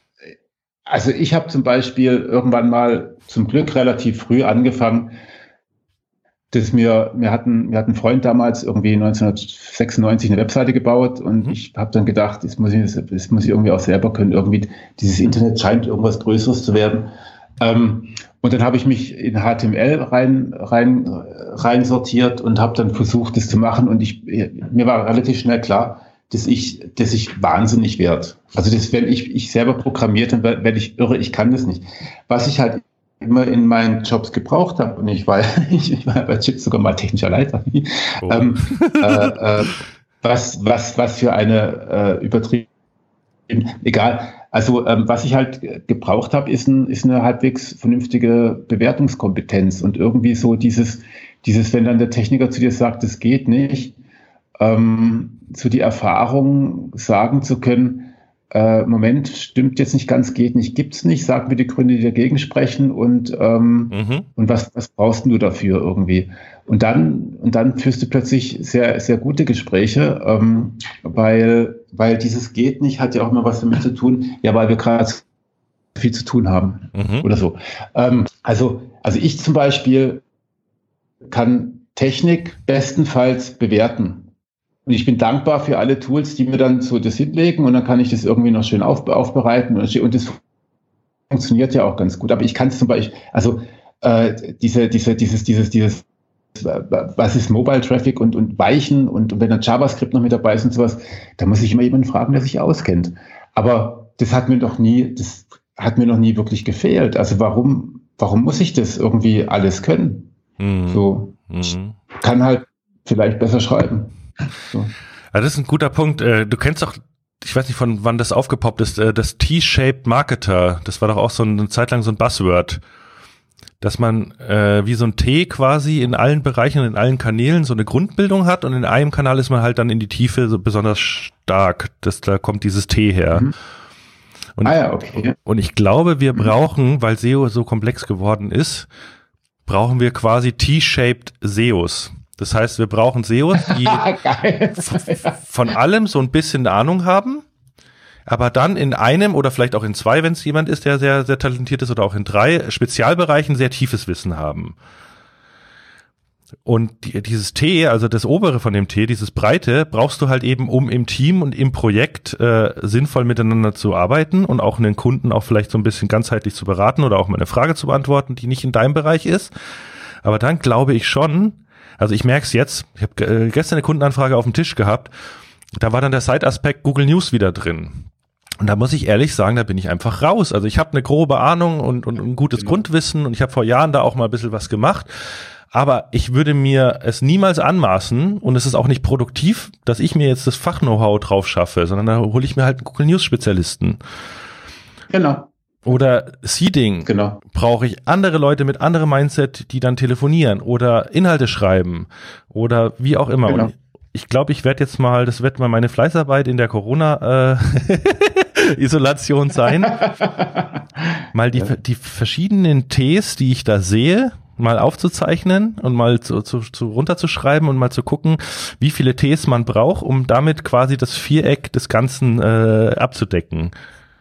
irgendwann mal zum Glück relativ früh angefangen, dass mir hat ein Freund damals irgendwie 1996 eine Webseite gebaut und ich habe dann gedacht, das muss ich irgendwie auch selber können. Irgendwie dieses Internet scheint irgendwas Größeres zu werden. Und dann habe ich mich in HTML rein sortiert und habe dann versucht, das zu machen. Und mir war relativ schnell klar, dass ich wahnsinnig werde. Also wenn ich selber programmiert, dann werde ich irre. Ich kann das nicht. Was ich halt immer in meinen Jobs gebraucht habe, und ich war bei Chips sogar mal technischer Leiter. Was für eine übertrieben, egal. Also was ich halt gebraucht habe, ist eine halbwegs vernünftige Bewertungskompetenz und irgendwie so dieses, wenn dann der Techniker zu dir sagt, das geht nicht, so die Erfahrung sagen zu können, Moment, stimmt jetzt nicht ganz, geht nicht, gibt's nicht, sag mir die Gründe, die dagegen sprechen und was brauchst du dafür irgendwie? Und dann führst du plötzlich sehr, sehr gute Gespräche, weil dieses geht nicht, hat ja auch immer was damit zu tun, ja, weil wir gerade viel zu tun haben oder so. Also ich zum Beispiel kann Technik bestenfalls bewerten. Und ich bin dankbar für alle Tools, die mir dann so das hinlegen und dann kann ich das irgendwie noch schön aufbereiten und das funktioniert ja auch ganz gut. Aber ich kann es zum Beispiel, also dieses was ist Mobile Traffic und Weichen und wenn dann JavaScript noch mit dabei ist und sowas, da muss ich immer jemanden fragen, der sich auskennt. Aber das hat mir noch nie wirklich gefehlt. Also warum muss ich das irgendwie alles können? So, ich kann halt vielleicht besser schreiben. So. Also das ist ein guter Punkt. Du kennst doch, ich weiß nicht, von wann das aufgepoppt ist, das T-Shaped Marketer. Das war doch auch so eine Zeit lang so ein Buzzword. Dass man wie so ein T quasi in allen Bereichen und in allen Kanälen so eine Grundbildung hat und in einem Kanal ist man halt dann in die Tiefe so besonders stark. Da kommt dieses T her. Und, okay. Und ich glaube, wir brauchen, weil SEO so komplex geworden ist, brauchen wir quasi T-Shaped SEOs. Das heißt, wir brauchen SEOs, die von allem so ein bisschen Ahnung haben, aber dann in einem oder vielleicht auch in zwei, wenn es jemand ist, der sehr, sehr talentiert ist, oder auch in 3 Spezialbereichen sehr tiefes Wissen haben. Und dieses T, also das obere von dem T, dieses Breite, brauchst du halt eben, um im Team und im Projekt sinnvoll miteinander zu arbeiten und auch einen Kunden auch vielleicht so ein bisschen ganzheitlich zu beraten oder auch mal eine Frage zu beantworten, die nicht in deinem Bereich ist. Aber dann glaube ich schon, also ich merke es jetzt, ich habe gestern eine Kundenanfrage auf dem Tisch gehabt, da war dann der Side-Aspekt Google News wieder drin. Und da muss ich ehrlich sagen, da bin ich einfach raus. Also ich habe eine grobe Ahnung und ein gutes Grundwissen und ich habe vor Jahren da auch mal ein bisschen was gemacht. Aber ich würde mir es niemals anmaßen und es ist auch nicht produktiv, dass ich mir jetzt das Fach-Know-how drauf schaffe, sondern da hole ich mir halt einen Google News-Spezialisten. Genau. Oder Seeding, brauche ich andere Leute mit anderem Mindset, die dann telefonieren oder Inhalte schreiben oder wie auch immer. Genau. Und ich glaube, ich werde jetzt mal, das wird mal meine Fleißarbeit in der Corona-Isolation sein, mal die verschiedenen Ts, die ich da sehe, mal aufzuzeichnen und mal runterzuschreiben und mal zu gucken, wie viele Ts man braucht, um damit quasi das Viereck des Ganzen abzudecken.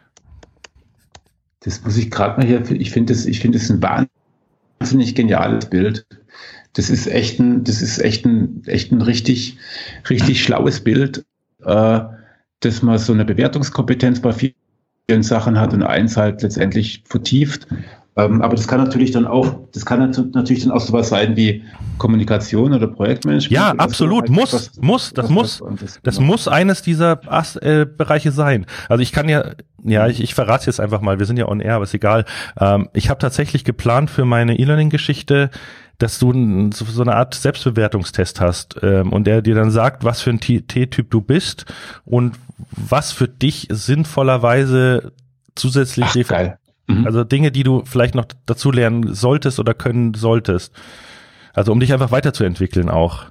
Das muss ich gerade mal hier, ich finde es ein wahnsinnig geniales Bild. Das ist echt ein richtig, richtig schlaues Bild, dass man so eine Bewertungskompetenz bei vielen Sachen hat und eins halt letztendlich vertieft. Aber das kann natürlich dann auch sowas sein wie Kommunikation oder Projektmanagement. Ja, absolut, das muss eines dieser Bereiche sein. Also ich kann ich verrate es jetzt einfach mal, wir sind ja on air, aber ist egal. Ich habe tatsächlich geplant für meine E-Learning-Geschichte, dass du so eine Art Selbstbewertungstest hast und der dir dann sagt, was für ein T-Typ du bist und was für dich sinnvollerweise zusätzlich geil. Also Dinge, die du vielleicht noch dazu lernen solltest oder können solltest. Also um dich einfach weiterzuentwickeln auch.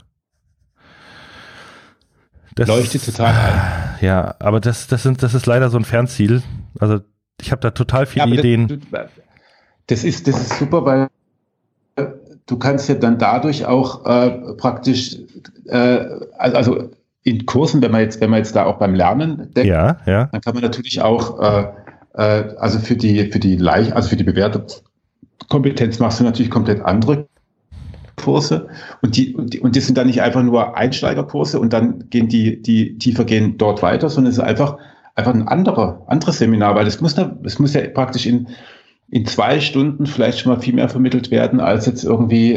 Das leuchtet total ein. Ja, aber das ist leider so ein Fernziel. Also ich habe da total viele Ideen. Das ist super, weil du kannst ja dann dadurch auch praktisch, also in Kursen, wenn man jetzt da auch beim Lernen denkt, dann kann man natürlich auch, also für die bewährte Kompetenz machst du natürlich komplett andere Kurse und die sind dann nicht einfach nur Einsteigerkurse und dann gehen die tiefer gehen dort weiter, sondern es ist einfach ein anderes Seminar, weil es muss ja praktisch in 2 Stunden vielleicht schon mal viel mehr vermittelt werden, als jetzt irgendwie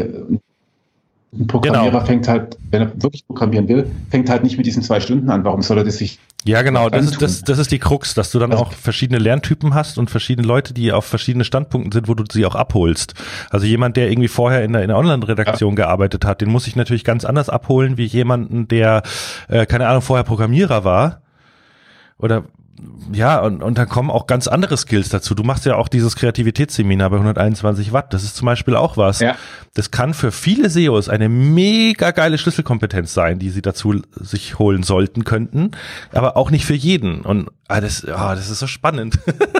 ein Programmierer fängt halt, wenn er wirklich programmieren will, fängt halt nicht mit diesen 2 Stunden an. Warum soll er das sich Ja, genau, das ist die Krux, dass du dann auch verschiedene Lerntypen hast und verschiedene Leute, die auf verschiedene Standpunkten sind, wo du sie auch abholst. Also jemand, der irgendwie vorher in der Online-Redaktion gearbeitet hat, den muss ich natürlich ganz anders abholen, wie jemanden, der, keine Ahnung, vorher Programmierer war. Oder ja, und dann kommen auch ganz andere Skills dazu. Du machst ja auch dieses Kreativitätsseminar bei 121 Watt. Das ist zum Beispiel auch was. Ja. Das kann für viele SEOs eine mega geile Schlüsselkompetenz sein, die sie dazu sich holen könnten, aber auch nicht für jeden. Und das ist so spannend.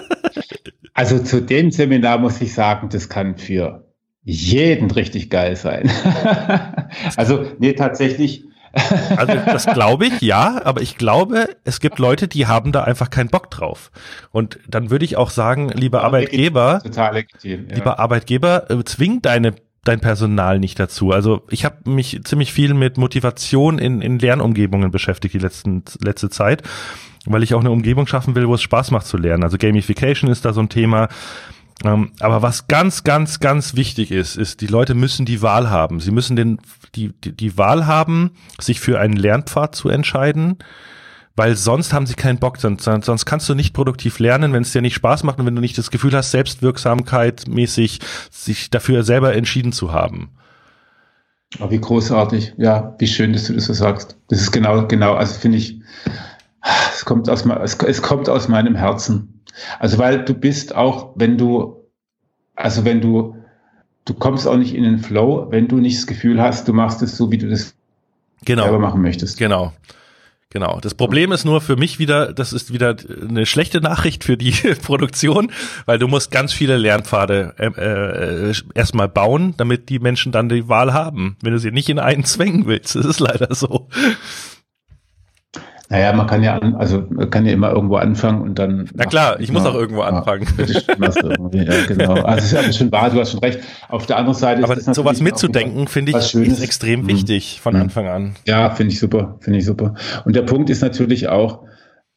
Also zu dem Seminar muss ich sagen, das kann für jeden richtig geil sein. Also, nee, tatsächlich. Also das glaube ich, ja, aber ich glaube, es gibt Leute, die haben da einfach keinen Bock drauf. Und dann würde ich auch sagen, lieber Arbeitgeber, total legitim, ja. Lieber Arbeitgeber, zwing dein Personal nicht dazu. Also ich habe mich ziemlich viel mit Motivation in Lernumgebungen beschäftigt die letzte Zeit, weil ich auch eine Umgebung schaffen will, wo es Spaß macht zu lernen. Also Gamification ist da so ein Thema. Aber was ganz, ganz, ganz wichtig ist, die Leute müssen die Wahl haben. Sie müssen die Wahl haben, sich für einen Lernpfad zu entscheiden, weil sonst haben sie keinen Bock. Sonst kannst du nicht produktiv lernen, wenn es dir nicht Spaß macht und wenn du nicht das Gefühl hast, Selbstwirksamkeit mäßig sich dafür selber entschieden zu haben. Oh, wie großartig. Ja, wie schön, dass du das so sagst. Das ist genau, also finde ich, es kommt aus meinem Herzen. Also weil du bist auch, du kommst auch nicht in den Flow, wenn du nicht das Gefühl hast, du machst es so, wie du das selber machen möchtest. Genau. Das Problem ist nur für mich das ist wieder eine schlechte Nachricht für die Produktion, weil du musst ganz viele Lernpfade erstmal bauen, damit die Menschen dann die Wahl haben, wenn du sie nicht in einen zwängen willst. Das ist leider so. Naja, man kann ja immer irgendwo anfangen und dann. Na klar, ich muss auch irgendwo anfangen. Ja, genau. Also es ist ja schon wahr, du hast schon recht. Auf der anderen Seite aber ist sowas mitzudenken, finde ich, ist extrem wichtig von Anfang an. Ja, finde ich super. Und der Punkt ist natürlich auch,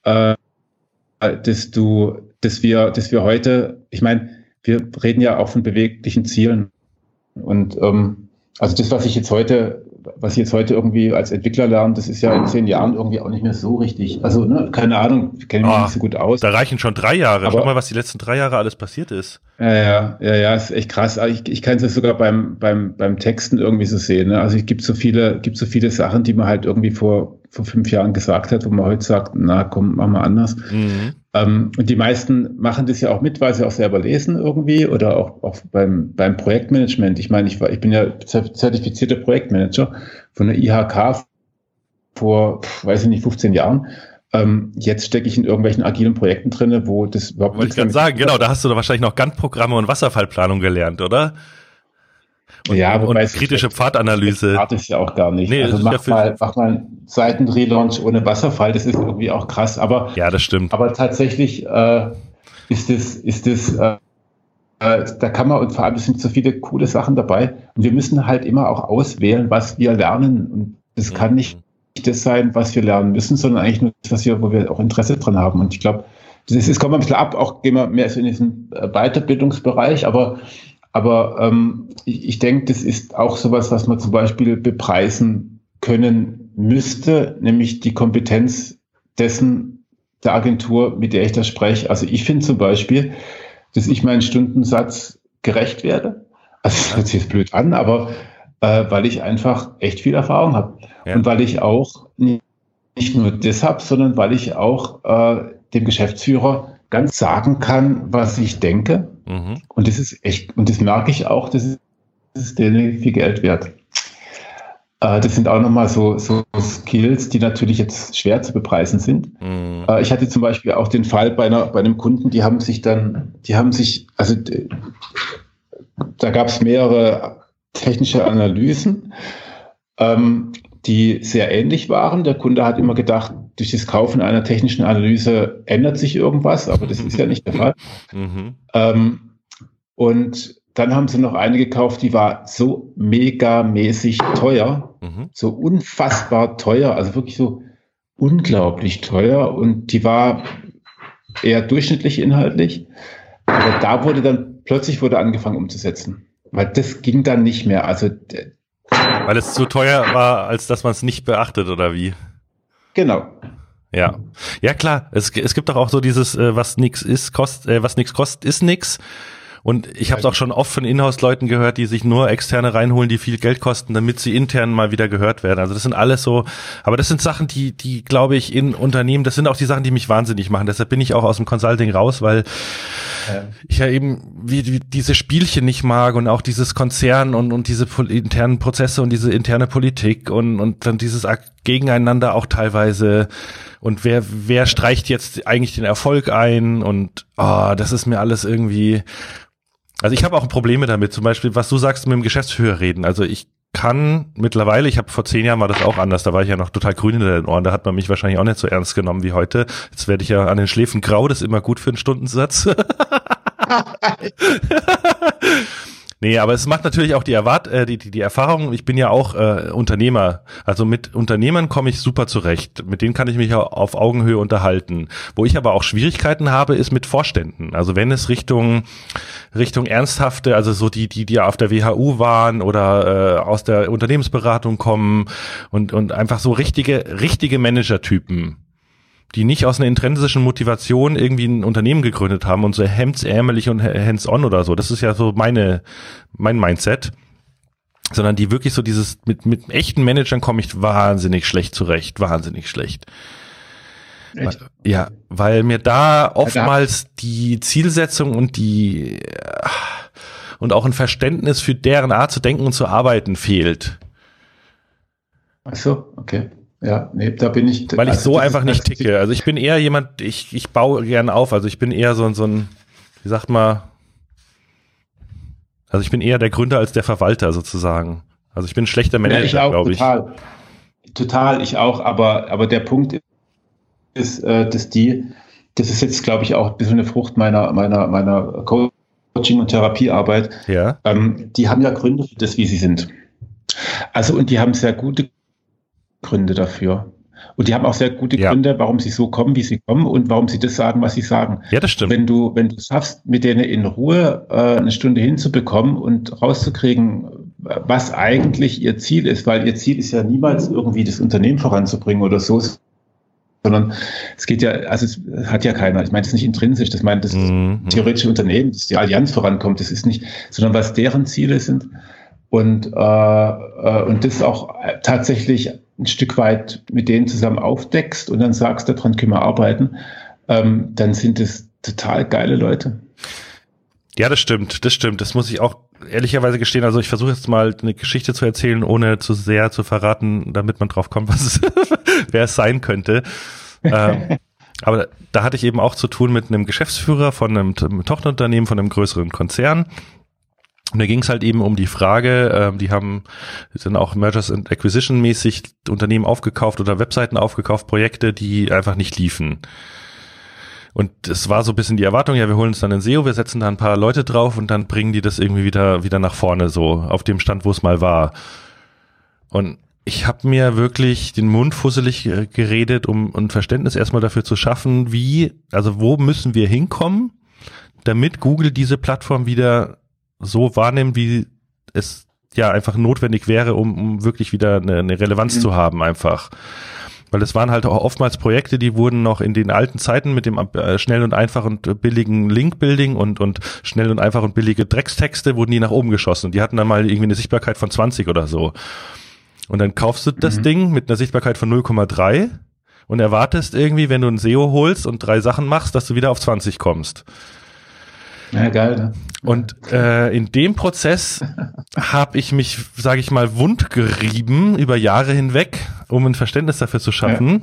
dass wir heute, ich meine, wir reden ja auch von beweglichen Zielen. Und also das, was ich jetzt heute irgendwie als Entwickler lerne, das ist ja in 10 Jahren irgendwie auch nicht mehr so richtig. Also, keine Ahnung, ich kenne mich nicht so gut aus. Da reichen schon 3 Jahre. Schau mal, was die letzten 3 Jahre alles passiert ist. Ja, ist echt krass. Ich kann es sogar beim Texten irgendwie so sehen. Ne? Also es gibt so viele Sachen, die man halt irgendwie vor 5 Jahren gesagt hat, wo man heute sagt, na komm, mach mal anders. Mhm. Und die meisten machen das ja auch mit, weil sie auch selber lesen irgendwie oder auch beim Projektmanagement. Ich meine, ich bin ja zertifizierter Projektmanager von der IHK vor, 15 Jahren. Jetzt stecke ich in irgendwelchen agilen Projekten drin, wo das überhaupt nichts damit sagen, genau, da hast du doch wahrscheinlich noch Gantt-Programme und Wasserfallplanung gelernt, oder? Und kritische Pfadanalyse. Pfad ist ja auch gar nicht. Nee, also mach mal einen Seiten-Relaunch ohne Wasserfall, das ist irgendwie auch krass. Aber ja, das stimmt. Aber tatsächlich ist das da kann man, und vor allem es sind so viele coole Sachen dabei. Und wir müssen halt immer auch auswählen, was wir lernen. Und das kann nicht das sein, was wir lernen müssen, sondern eigentlich nur das, wo wir auch Interesse dran haben. Und ich glaube, das kommt ein bisschen ab, auch gehen wir mehr so in diesen Weiterbildungsbereich, aber ich denke, das ist auch sowas, was man zum Beispiel bepreisen können müsste, nämlich die Kompetenz dessen der Agentur, mit der ich da spreche. Also ich finde zum Beispiel, dass ich meinen Stundensatz gerecht werde. Also das hört sich jetzt blöd an, aber weil ich einfach echt viel Erfahrung habe. Ja. Und weil ich auch nicht nur das habe, sondern weil ich auch dem Geschäftsführer ganz sagen kann, was ich denke. Mhm. Und das ist echt, und das merke ich auch, das ist denen viel Geld wert. Das sind auch nochmal so Skills, die natürlich jetzt schwer zu bepreisen sind. Mhm. Ich hatte zum Beispiel auch den Fall bei einem Kunden, da gab es mehrere technische Analysen, die sehr ähnlich waren. Der Kunde hat immer gedacht, durch das Kaufen einer technischen Analyse ändert sich irgendwas, aber das ist ja nicht der Fall. Mhm. Und dann haben sie noch eine gekauft, die war so megamäßig teuer, so unfassbar teuer, also wirklich so unglaublich teuer, und die war eher durchschnittlich inhaltlich. Aber da wurde plötzlich angefangen umzusetzen, weil das ging dann nicht mehr. Also weil es zu teuer war, als dass man es nicht beachtet, oder wie? Genau. Ja, ja klar. Es gibt doch auch so dieses, was nichts kostet, ist nix. Und ich habe es auch schon oft von Inhouse-Leuten gehört, die sich nur externe reinholen, die viel Geld kosten, damit sie intern mal wieder gehört werden. Also das sind alles so, aber das sind Sachen, die glaube ich in Unternehmen, das sind auch die Sachen, die mich wahnsinnig machen. Deshalb bin ich auch aus dem Consulting raus, weil ich ja eben wie diese Spielchen nicht mag und auch dieses Konzern und diese internen Prozesse und diese interne Politik und dann dieses Gegeneinander auch teilweise. Und wer streicht jetzt eigentlich den Erfolg ein? Und das ist mir alles irgendwie. Also ich habe auch Probleme damit, zum Beispiel, was du sagst, mit dem Geschäftsführer reden. Also ich kann mittlerweile, vor 10 Jahren war das auch anders, da war ich ja noch total grün in den Ohren, da hat man mich wahrscheinlich auch nicht so ernst genommen wie heute. Jetzt werde ich ja an den Schläfen grau, das ist immer gut für einen Stundensatz. Nee, aber es macht natürlich auch die Erfahrung, ich bin ja auch Unternehmer, also mit Unternehmern komme ich super zurecht, mit denen kann ich mich auch auf Augenhöhe unterhalten. Wo ich aber auch Schwierigkeiten habe, ist mit Vorständen. Also wenn es Richtung ernsthafte, also so die auf der WHU waren oder aus der Unternehmensberatung kommen und einfach so richtige Managertypen, die nicht aus einer intrinsischen Motivation irgendwie ein Unternehmen gegründet haben und so hemdsärmelig und hands-on oder so. Das ist ja so mein Mindset. Sondern die wirklich so dieses, mit echten Managern komme ich wahnsinnig schlecht zurecht. Wahnsinnig schlecht. Echt? Ja, weil mir da oftmals die Zielsetzung und auch ein Verständnis für deren Art zu denken und zu arbeiten fehlt. Ach so, okay. Ja, nee, da bin ich. Weil ich so einfach nicht ticke. Also ich bin eher jemand, ich baue gern auf. Also ich bin eher so ein, wie sagt man, also ich bin eher der Gründer als der Verwalter sozusagen. Also ich bin ein schlechter Manager, glaube ich. Total, ich auch. Aber der Punkt ist, das ist jetzt, glaube ich, auch ein bisschen eine Frucht meiner Coaching- und Therapiearbeit. Ja. Die haben ja Gründe für das, wie sie sind. Also, und die haben sehr gute Gründe dafür. Und die haben auch sehr gute Gründe, warum sie so kommen, wie sie kommen und warum sie das sagen, was sie sagen. Ja, das stimmt. Wenn du schaffst, mit denen in Ruhe eine Stunde hinzubekommen und rauszukriegen, was eigentlich ihr Ziel ist, weil ihr Ziel ist ja niemals irgendwie das Unternehmen voranzubringen oder so, sondern es geht ja, also es hat ja keiner, ich meine, das ist nicht intrinsisch, das meint das theoretische Unternehmen, dass die Allianz vorankommt, das ist nicht, sondern was deren Ziele sind und das auch tatsächlich ein Stück weit mit denen zusammen aufdeckst und dann sagst, daran können wir arbeiten, dann sind es total geile Leute. Ja, das stimmt. Das muss ich auch ehrlicherweise gestehen. Also ich versuche jetzt mal eine Geschichte zu erzählen, ohne zu sehr zu verraten, damit man drauf kommt, wer es sein könnte. Aber da hatte ich eben auch zu tun mit einem Geschäftsführer von einem Tochterunternehmen, von einem größeren Konzern. Und da ging es halt eben um die Frage, die sind auch Mergers and Acquisition mäßig Unternehmen aufgekauft oder Webseiten aufgekauft, Projekte, die einfach nicht liefen. Und es war so ein bisschen die Erwartung, ja, wir holen uns dann ein SEO, wir setzen da ein paar Leute drauf und dann bringen die das irgendwie wieder nach vorne, so auf dem Stand, wo es mal war. Und ich habe mir wirklich den Mund fusselig geredet, um ein Verständnis erstmal dafür zu schaffen, wo müssen wir hinkommen, damit Google diese Plattform wieder so wahrnehmen, wie es ja einfach notwendig wäre, um wirklich wieder eine Relevanz zu haben einfach. Weil es waren halt auch oftmals Projekte, die wurden noch in den alten Zeiten mit dem schnell und einfach und billigen Link-Building und schnell und einfach und billige Dreckstexte wurden die nach oben geschossen. Und die hatten dann mal irgendwie eine Sichtbarkeit von 20 oder so. Und dann kaufst du das Ding mit einer Sichtbarkeit von 0,3 und erwartest irgendwie, wenn du ein SEO holst und 3 Sachen machst, dass du wieder auf 20 kommst. Ja, geil. Ne? Und in dem Prozess habe ich mich, sage ich mal, wundgerieben über Jahre hinweg, um ein Verständnis dafür zu schaffen,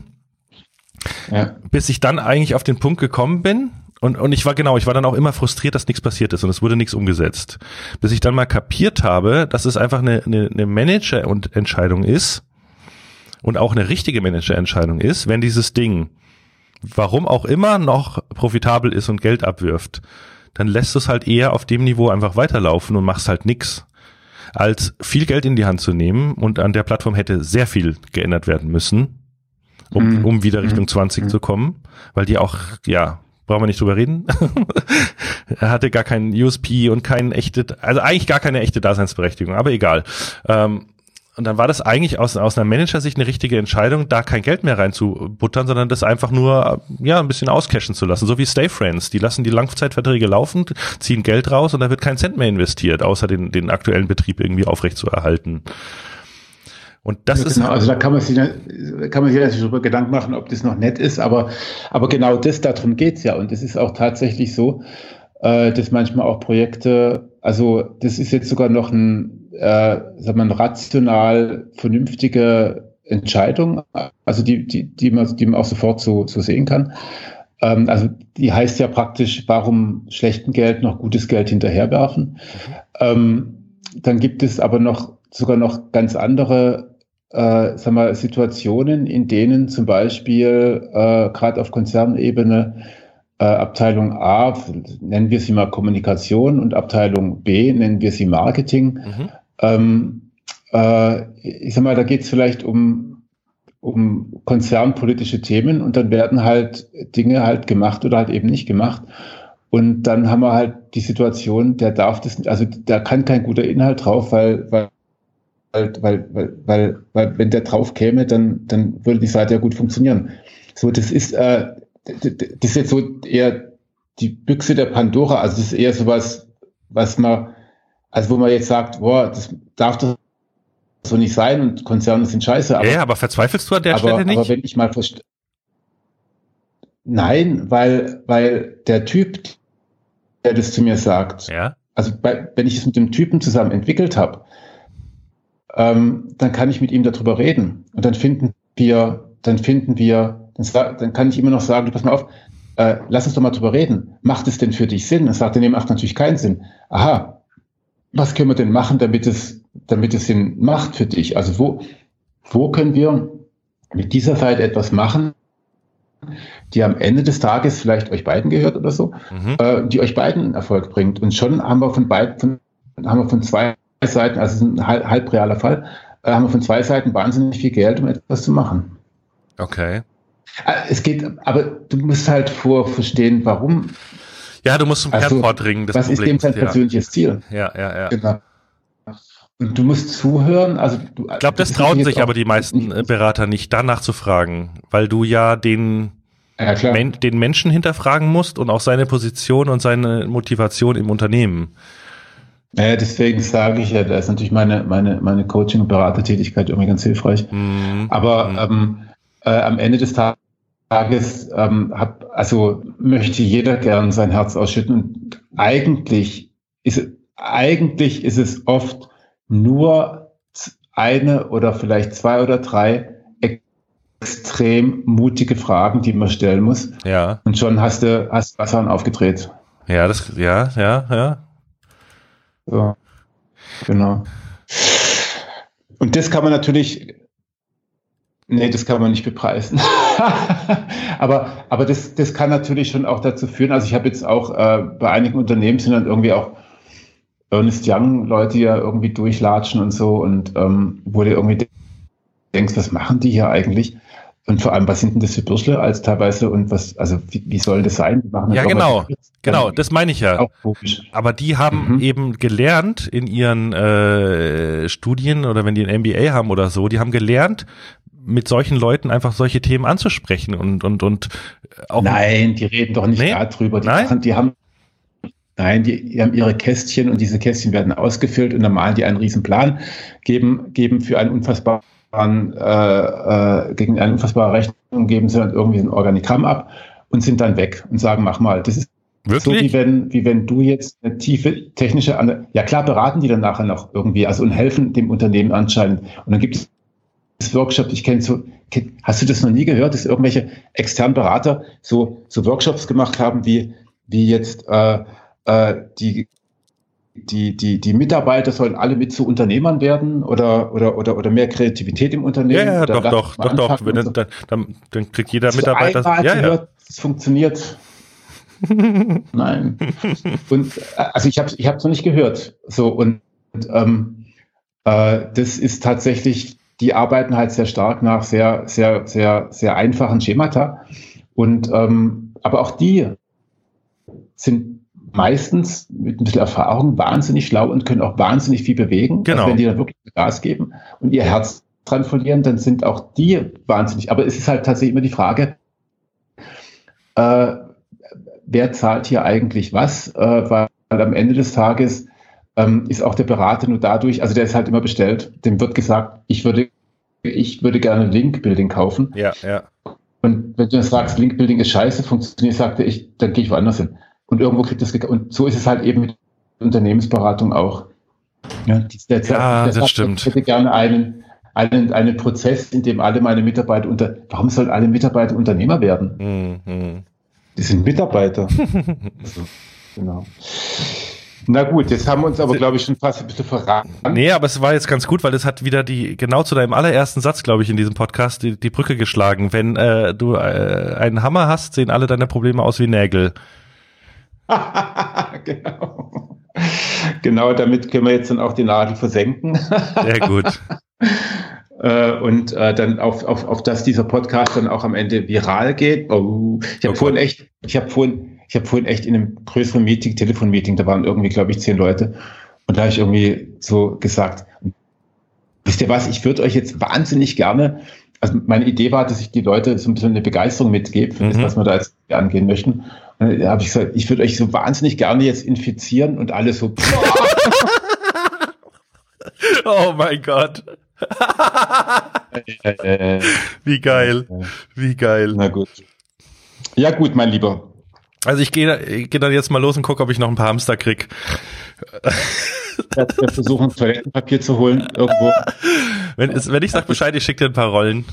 bis ich dann eigentlich auf den Punkt gekommen bin. Und ich war dann auch immer frustriert, dass nichts passiert ist und es wurde nichts umgesetzt. Bis ich dann mal kapiert habe, dass es einfach eine Managerentscheidung ist und auch eine richtige Managerentscheidung ist, wenn dieses Ding, warum auch immer, noch profitabel ist und Geld abwirft, dann lässt du es halt eher auf dem Niveau einfach weiterlaufen und machst halt nix, als viel Geld in die Hand zu nehmen, und an der Plattform hätte sehr viel geändert werden müssen, um wieder Richtung 20 zu kommen, weil die auch, ja, brauchen wir nicht drüber reden, er hatte gar keinen USP und eigentlich gar keine echte Daseinsberechtigung, aber egal. Und dann war das eigentlich aus einer Managersicht eine richtige Entscheidung, da kein Geld mehr reinzubuttern, sondern das einfach nur, ja, ein bisschen auscashen zu lassen. So wie Stay Friends. Die lassen die Langzeitverträge laufen, ziehen Geld raus und da wird kein Cent mehr investiert, außer den aktuellen Betrieb irgendwie aufrecht zu erhalten. Und das ist. Genau, also da kann man sich natürlich darüber Gedanken machen, ob das noch nett ist, aber genau darum geht's ja. Und es ist auch tatsächlich so, dass manchmal auch Projekte, also das ist jetzt sogar noch eine rational vernünftige Entscheidung, also die man auch sofort so sehen kann. Also die heißt ja praktisch, warum schlechten Geld noch gutes Geld hinterherwerfen. Dann gibt es aber sogar noch ganz andere Situationen, in denen zum Beispiel gerade auf Konzernebene Abteilung A, nennen wir sie mal Kommunikation, und Abteilung B, nennen wir sie Marketing. Ich sag mal, da geht es vielleicht um konzernpolitische Themen, und dann werden halt Dinge halt gemacht oder halt eben nicht gemacht. Und dann haben wir halt die Situation, der darf das nicht, also da kann kein guter Inhalt drauf, weil wenn der drauf käme, dann würde die Seite ja gut funktionieren. So, das ist jetzt so eher die Büchse der Pandora, also das ist eher sowas, wo man jetzt sagt, boah, das darf doch so nicht sein und Konzerne sind scheiße. Aber verzweifelst du an der Stelle nicht? Aber wenn ich mal nein, weil der Typ, der das zu mir sagt, also wenn ich es mit dem Typen zusammen entwickelt habe, dann kann ich mit ihm darüber reden. Und dann kann ich immer noch sagen, du, pass mal auf, lass uns doch mal drüber reden. Macht es denn für dich Sinn? Dann sagt er, nee, macht natürlich keinen Sinn. Aha, was können wir denn machen, damit es Sinn macht für dich? Also wo können wir mit dieser Seite etwas machen, die am Ende des Tages vielleicht euch beiden gehört oder so, die euch beiden Erfolg bringt. Und schon haben wir von zwei Seiten, also es ist ein halb realer Fall, haben wir von 2 Seiten wahnsinnig viel Geld, um etwas zu machen. Okay. Es geht, aber du musst halt verstehen, warum. Ja, du musst zum Kern vordringen. Was ist dem sein persönliches Ziel? Ja. Genau. Und du musst zuhören. Also ich glaube, das trauen sich aber die meisten Berater nicht, danach zu fragen, weil du ja den Menschen hinterfragen musst und auch seine Position und seine Motivation im Unternehmen. Naja, deswegen sage ich ja, da ist natürlich meine Coaching- und Beratertätigkeit irgendwie ganz hilfreich. Aber am Ende des Tages möchte jeder gern sein Herz ausschütten. Und eigentlich ist es oft nur eine oder vielleicht 2 oder 3 extrem mutige Fragen, die man stellen muss. Ja. Und schon hast Wasser aufgedreht. Ja. So, genau. Und das kann man natürlich, das kann man nicht bepreisen. aber das kann natürlich schon auch dazu führen, also ich habe jetzt auch bei einigen Unternehmen sind dann irgendwie auch Ernst Young Leute ja irgendwie durchlatschen und so, und wo du irgendwie denkst, was machen die hier eigentlich? Und vor allem, was sind denn das für Bürschle als teilweise, und wie soll das sein? Die machen ja, genau, das meine ich ja. Aber die haben eben gelernt in ihren Studien, oder wenn die ein MBA haben oder so, die haben gelernt, mit solchen Leuten einfach solche Themen anzusprechen und auch. Nein, die reden doch nicht darüber. Die haben ihre Kästchen und diese Kästchen werden ausgefüllt und dann malen die einen riesen Plan, geben für einen gegen eine unfassbare Rechnung, geben sie dann irgendwie ein Organigramm ab und sind dann weg und sagen, mach mal. Das ist wirklich? So wie wenn du jetzt eine tiefe technische, ja klar, beraten die dann nachher noch irgendwie, also und helfen dem Unternehmen anscheinend. Und dann gibt es Workshops, hast du das noch nie gehört, dass irgendwelche externen Berater so Workshops gemacht haben, wie jetzt die Mitarbeiter sollen alle mit zu Unternehmern werden oder mehr Kreativität im Unternehmen? Ja, doch. Dann kriegt jeder Mitarbeiter. Das funktioniert. Nein. Und also ich habe es noch nicht gehört. So und das ist tatsächlich, die arbeiten halt sehr stark nach sehr, sehr, sehr, sehr einfachen Schemata. Und aber auch die sind meistens mit ein bisschen Erfahrung wahnsinnig schlau und können auch wahnsinnig viel bewegen. Genau. Also wenn die dann wirklich Gas geben und ihr Herz dran verlieren, dann sind auch die wahnsinnig. Aber es ist halt tatsächlich immer die Frage, wer zahlt hier eigentlich was? Weil am Ende des Tages ist auch der Berater nur dadurch, also der ist halt immer bestellt, dem wird gesagt, ich würde gerne Link-Building kaufen. Ja. Und wenn du dann sagst, Link-Building ist scheiße, funktioniert, sagte ich, dann gehe ich woanders hin. Und irgendwo kriegt das, und so ist es halt eben mit Unternehmensberatung auch. Ja, das stimmt. Ich hätte gerne einen Prozess, in dem alle meine Mitarbeiter warum sollen alle Mitarbeiter Unternehmer werden? Mhm. Die sind Mitarbeiter. Also, genau. Na gut, jetzt haben wir uns aber, glaube ich, schon fast ein bisschen verraten. Nee, aber es war jetzt ganz gut, weil es hat wieder genau zu deinem allerersten Satz, glaube ich, in diesem Podcast die Brücke geschlagen. Wenn du einen Hammer hast, sehen alle deine Probleme aus wie Nägel. Genau, damit können wir jetzt dann auch die Nadel versenken. Sehr gut. Und dann auf dass dieser Podcast dann auch am Ende viral geht. Ich habe vorhin echt in einem größeren Telefonmeeting, da waren irgendwie, glaube ich, 10 Leute. Und da habe ich irgendwie so gesagt, wisst ihr was, ich würde euch jetzt wahnsinnig gerne, also meine Idee war, dass ich die Leute so ein bisschen eine Begeisterung mitgebe für das, was wir da jetzt angehen möchten. Und da habe ich gesagt, ich würde euch so wahnsinnig gerne jetzt infizieren und alle so. Oh mein Gott. Wie geil. Na gut. Ja gut, mein Lieber. Also ich gehe dann jetzt mal los und gucke, ob ich noch ein paar Hamster krieg. Wir versuchen, Toilettenpapier zu holen irgendwo. Wenn ich sage Bescheid, ich schicke dir ein paar Rollen.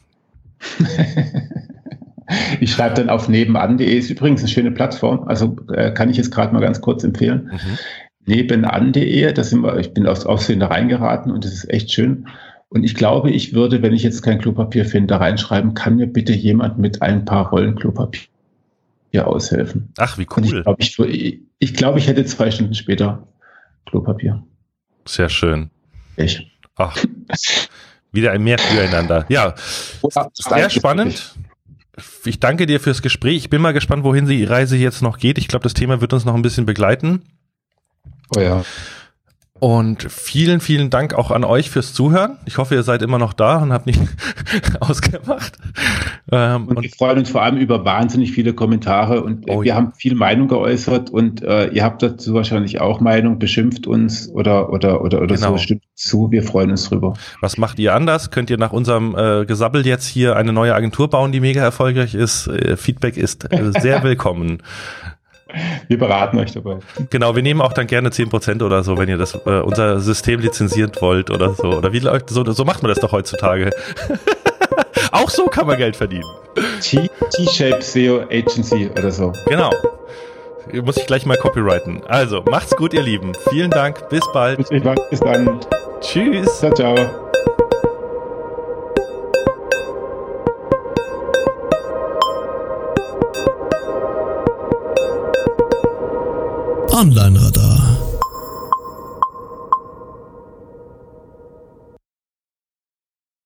Ich schreibe dann auf nebenan.de, ist übrigens eine schöne Plattform, also kann ich jetzt gerade mal ganz kurz empfehlen. Nebenan.de, ich bin aus Aussehen da reingeraten und das ist echt schön. Und ich glaube, ich würde, wenn ich jetzt kein Klopapier finde, da reinschreiben, kann mir bitte jemand mit ein paar Rollen Klopapier aushelfen. Ach, wie cool. Und ich glaube, ich hätte 2 Stunden später Klopapier. Sehr schön. Echt. Ach, wieder ein Mehr füreinander. Ja, sehr spannend. Ich danke dir fürs Gespräch. Ich bin mal gespannt, wohin die Reise jetzt noch geht. Ich glaube, das Thema wird uns noch ein bisschen begleiten. Oh ja. Und vielen, vielen Dank auch an euch fürs Zuhören. Ich hoffe, ihr seid immer noch da und habt nicht ausgemacht. Und wir freuen uns vor allem über wahnsinnig viele Kommentare und wir haben viel Meinung geäußert und ihr habt dazu wahrscheinlich auch Meinung, beschimpft uns oder genau. So, stimmt zu. Wir freuen uns drüber. Was macht ihr anders? Könnt ihr nach unserem Gesabbel jetzt hier eine neue Agentur bauen, die mega erfolgreich ist? Feedback ist sehr willkommen. Wir beraten euch dabei. Genau, wir nehmen auch dann gerne 10% oder so, wenn ihr das unser System lizenzieren wollt oder so. Oder wie läuft so macht man das doch heutzutage. Auch so kann man Geld verdienen. T-Shape SEO Agency oder so. Genau. Muss ich gleich mal copyrighten. Also, macht's gut, ihr Lieben. Vielen Dank. Bis bald. Bis dann. Tschüss. Ciao, ciao. Online-Radar.